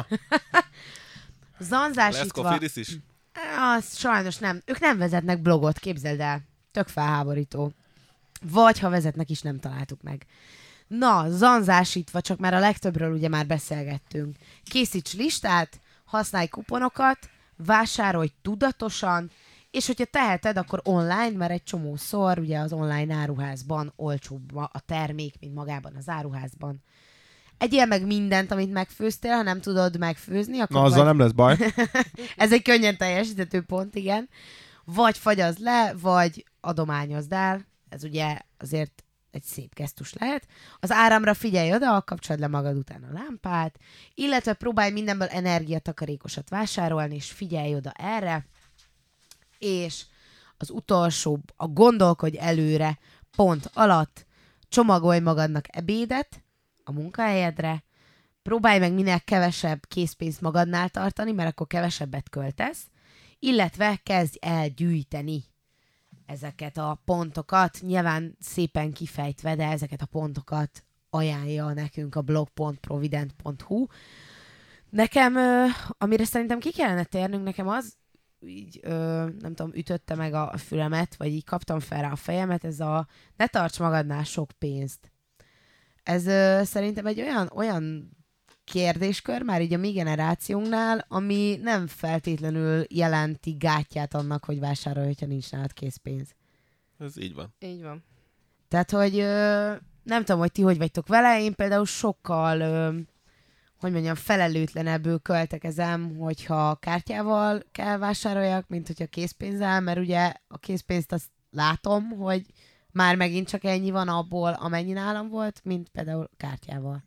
Zanzásítva... Leszkofidis is? Az sajnos nem. Ők nem vezetnek blogot, képzeld el. Tök felháborító. Vagy ha vezetnek is, nem találtuk meg. Na, zanzásítva, csak már a legtöbbről ugye már beszélgettünk. Készíts listát, használj kuponokat, vásárolj tudatosan, és hogyha teheted, akkor online, mert egy csomószor ugye az online áruházban olcsóbb a termék, mint magában az áruházban. Egyél meg mindent, amit megfőztél, ha nem tudod megfőzni, akkor na azzal vagy... nem lesz baj. Ez egy könnyen teljesíthető pont, igen. Vagy fagyazd le, vagy adományozd el. Ez ugye azért egy szép gesztus lehet. Az áramra figyelj oda, kapcsolod le magad után a lámpát, illetve próbálj mindenből energiatakarékosat vásárolni, és figyelj oda erre. És az utolsó, a gondolkodj előre pont alatt, csomagolj magadnak ebédet a munkahelyedre, próbálj meg minél kevesebb készpénzt magadnál tartani, mert akkor kevesebbet költesz, illetve kezdj el gyűjteni ezeket a pontokat, nyilván szépen kifejtve, de ezeket a pontokat ajánlja nekünk a blog pont provident pont hu. Nekem, amire szerintem ki kellene térnünk, nekem az így, nem tudom, ütötte meg a fülemet, vagy így kaptam fel rá a fejemet, ez a ne tarts magadnál sok pénzt. Ez szerintem egy olyan, olyan kérdéskör már így a mi generációnknál, ami nem feltétlenül jelenti gátját annak, hogy vásárolj, hogyha nincs nálad készpénz. Ez így van. Így van. Tehát, hogy ö, nem tudom, hogy ti hogy vagytok vele, én például sokkal, ö, hogy mondjam, felelőtlenebbül költekezem, hogyha kártyával kell vásároljak, mint hogyha készpénzzel, mert ugye a készpénzt azt látom, hogy már megint csak ennyi van abból, amennyi nálam volt, mint például kártyával.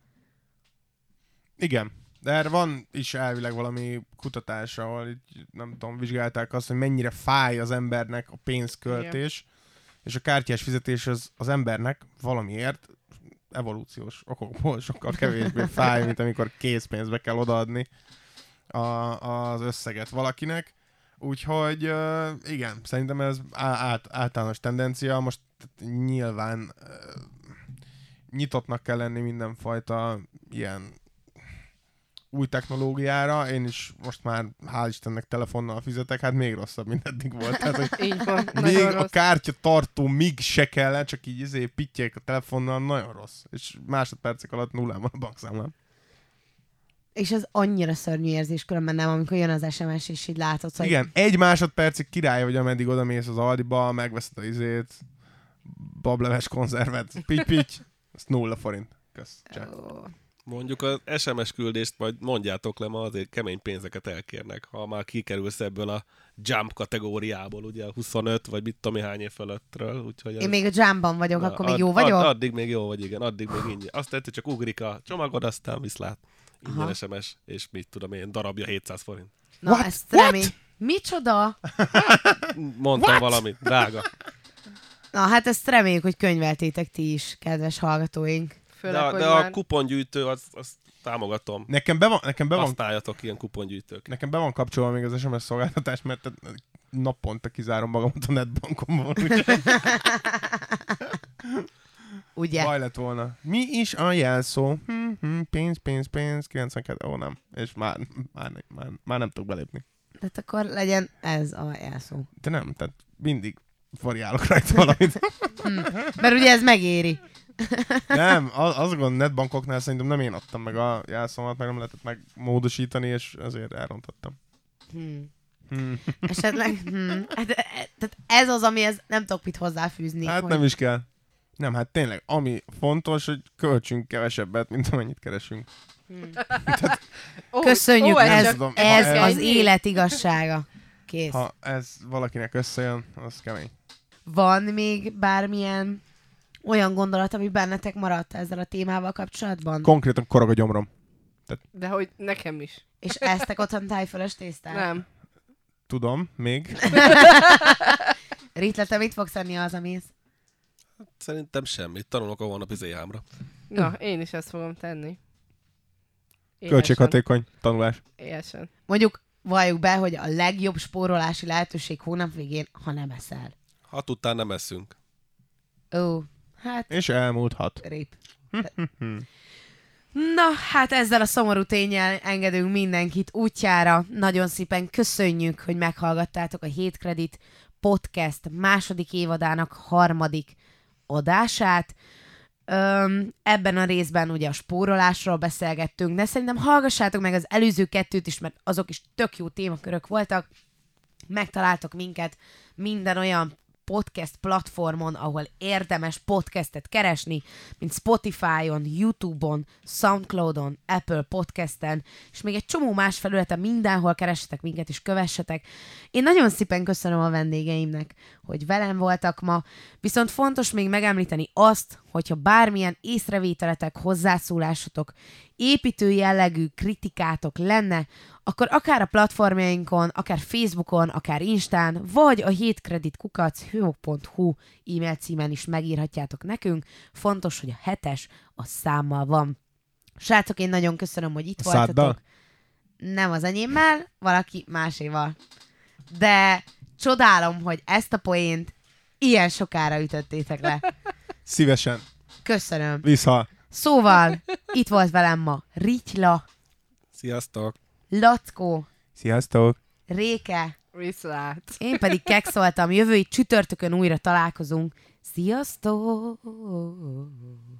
Igen. De erre van is elvileg valami kutatás, ahol így, nem tudom, vizsgálták azt, hogy mennyire fáj az embernek a pénzköltés, igen. És a kártyás fizetés az, az embernek valamiért evolúciós okokból sokkal kevésbé fáj, mint amikor készpénzbe kell odaadni a, az összeget valakinek. Úgyhogy uh, igen, szerintem ez át, általános tendencia. Most nyilván uh, nyitottnak kell lenni mindenfajta ilyen új technológiára, én is most már hál' Istennek telefonnal fizetek, hát még rosszabb, mint eddig volt. Tehát, hogy Így van, még nagyon a rossz. kártya tartó még se kellene, csak így izé pittyek a telefonnal, nagyon rossz. És másodpercek alatt nullán van a bankszámlám. És az annyira szörnyű érzés különben nem, amikor jön az es em es, és így látod, hogy... Igen, egy másodpercig király vagy, ameddig oda mész az Aldiba, megveszed a izét, bableves konzervet, pitty-pitty, azt nulla forint. Kösz. Csá. Ó. Mondjuk az es em es küldést majd mondjátok le, ma azért kemény pénzeket elkérnek, ha már kikerülsz ebből a jump kategóriából, ugye a huszonöt vagy mit tudom én hány év fölöttről, úgyhogy... Én ez- még a Jumban vagyok, Na, akkor még ad- jó vagyok? Ad, addig még jó vagy, igen, addig még ingyen. Azt tetszett, csak ugrik a csomagod, aztán viszlát. Ingyen Aha. es em es, és mit tudom én, darabja hétszáz forint. Na, What? ezt remény. Micsoda? Mondtam valamit, drága. Na, hát ezt reméljük, hogy könyveltétek ti is, kedves hallgatóink. Főleg, De, hogy de a már... kupongyűjtő, azt, azt támogatom. Nekem be van, nekem be van, Használjatok ilyen kupongyűjtők. nekem be van kapcsolva még az es em es szolgáltatás, mert tehát naponta kizárom magamat a netbankomból. Ugye? Baj lett volna. Mi is a jelszó? Hm, hm, pénz, pénz, pénz, kilencvenkettő, ó nem. És már, már, már, már nem tudok belépni. Tehát akkor legyen ez a jelszó. De nem, tehát mindig variálok rajta valamit. Mert ugye ez megéri. Nem, az, az a gond netbankoknál szerintem nem én adtam meg a jelszómat, meg nem lehetett megmódosítani, és ezért elrontottam. Hmm. Hm. Esetleg, hmm. hát, e- tehát ez az, amihez nem tudok mit hozzáfűzni. Hát hogy... nem is kell. Nem, hát tényleg, ami fontos, hogy költsünk kevesebbet, mint amennyit keresünk. Hmm. Ó, Köszönjük, ó, ez, csak- tudom, ez ha az ez- élet igazsága. Kész. Ha ez valakinek összejön, az kemény. Van még bármilyen olyan gondolat, ami bennetek maradt ezzel a témával kapcsolatban? Konkrétan korog a gyomrom. De hogy nekem is. És eztek otthon tájfölös tésztát? Nem. Tudom, még. Ritla, te mit fogsz enni az, amész? Szerintem semmit. Tanulok a holnapi zéhámra. Na, én is ezt fogom tenni. Élesen. Költséghatékony tanulás. Élesen. Mondjuk valljuk be, hogy a legjobb spórolási lehetőség hónap végén, ha nem eszel. Hat után nem eszünk. Ó, hát És elmúlt hat. rip. Na, hát ezzel a szomorú ténnyel engedünk mindenkit útjára. Nagyon szépen köszönjük, hogy meghallgattátok a hét Kredit Podcast második évadának harmadik adását. Öm, ebben a részben ugye a spórolásról beszélgettünk, de szerintem hallgassátok meg az előző kettőt is, mert azok is tök jó témakörök voltak. Megtaláltok minket minden olyan podcast platformon, ahol érdemes podcastet keresni, mint Spotify-on, YouTube-on, Soundcloud-on, Apple Podcasten, és még egy csomó más felületen mindenhol keressetek minket és kövessetek. Én nagyon szépen köszönöm a vendégeimnek, hogy velem voltak ma, viszont fontos még megemlíteni azt, hogyha bármilyen észrevételetek, hozzászólásotok, építő jellegű kritikátok lenne, akkor akár a platformjainkon, akár Facebookon, akár Instán, vagy a hétkredit kukac hőok pont hu e-mail címen is megírhatjátok nekünk. Fontos, hogy a hetes a számmal van. Srácok, én nagyon köszönöm, hogy itt Száddal? voltatok. Nem az enyémmel, valaki máséval. De csodálom, hogy ezt a poént ilyen sokára ütöttétek le. Szívesen. Köszönöm. Vissza. Szóval, itt volt velem ma Ritla, Sziasztok! Lackó, Sziasztok. Réke, Viszlát. én pedig kekszoltam. Jövő csütörtökön újra találkozunk. Sziasztok!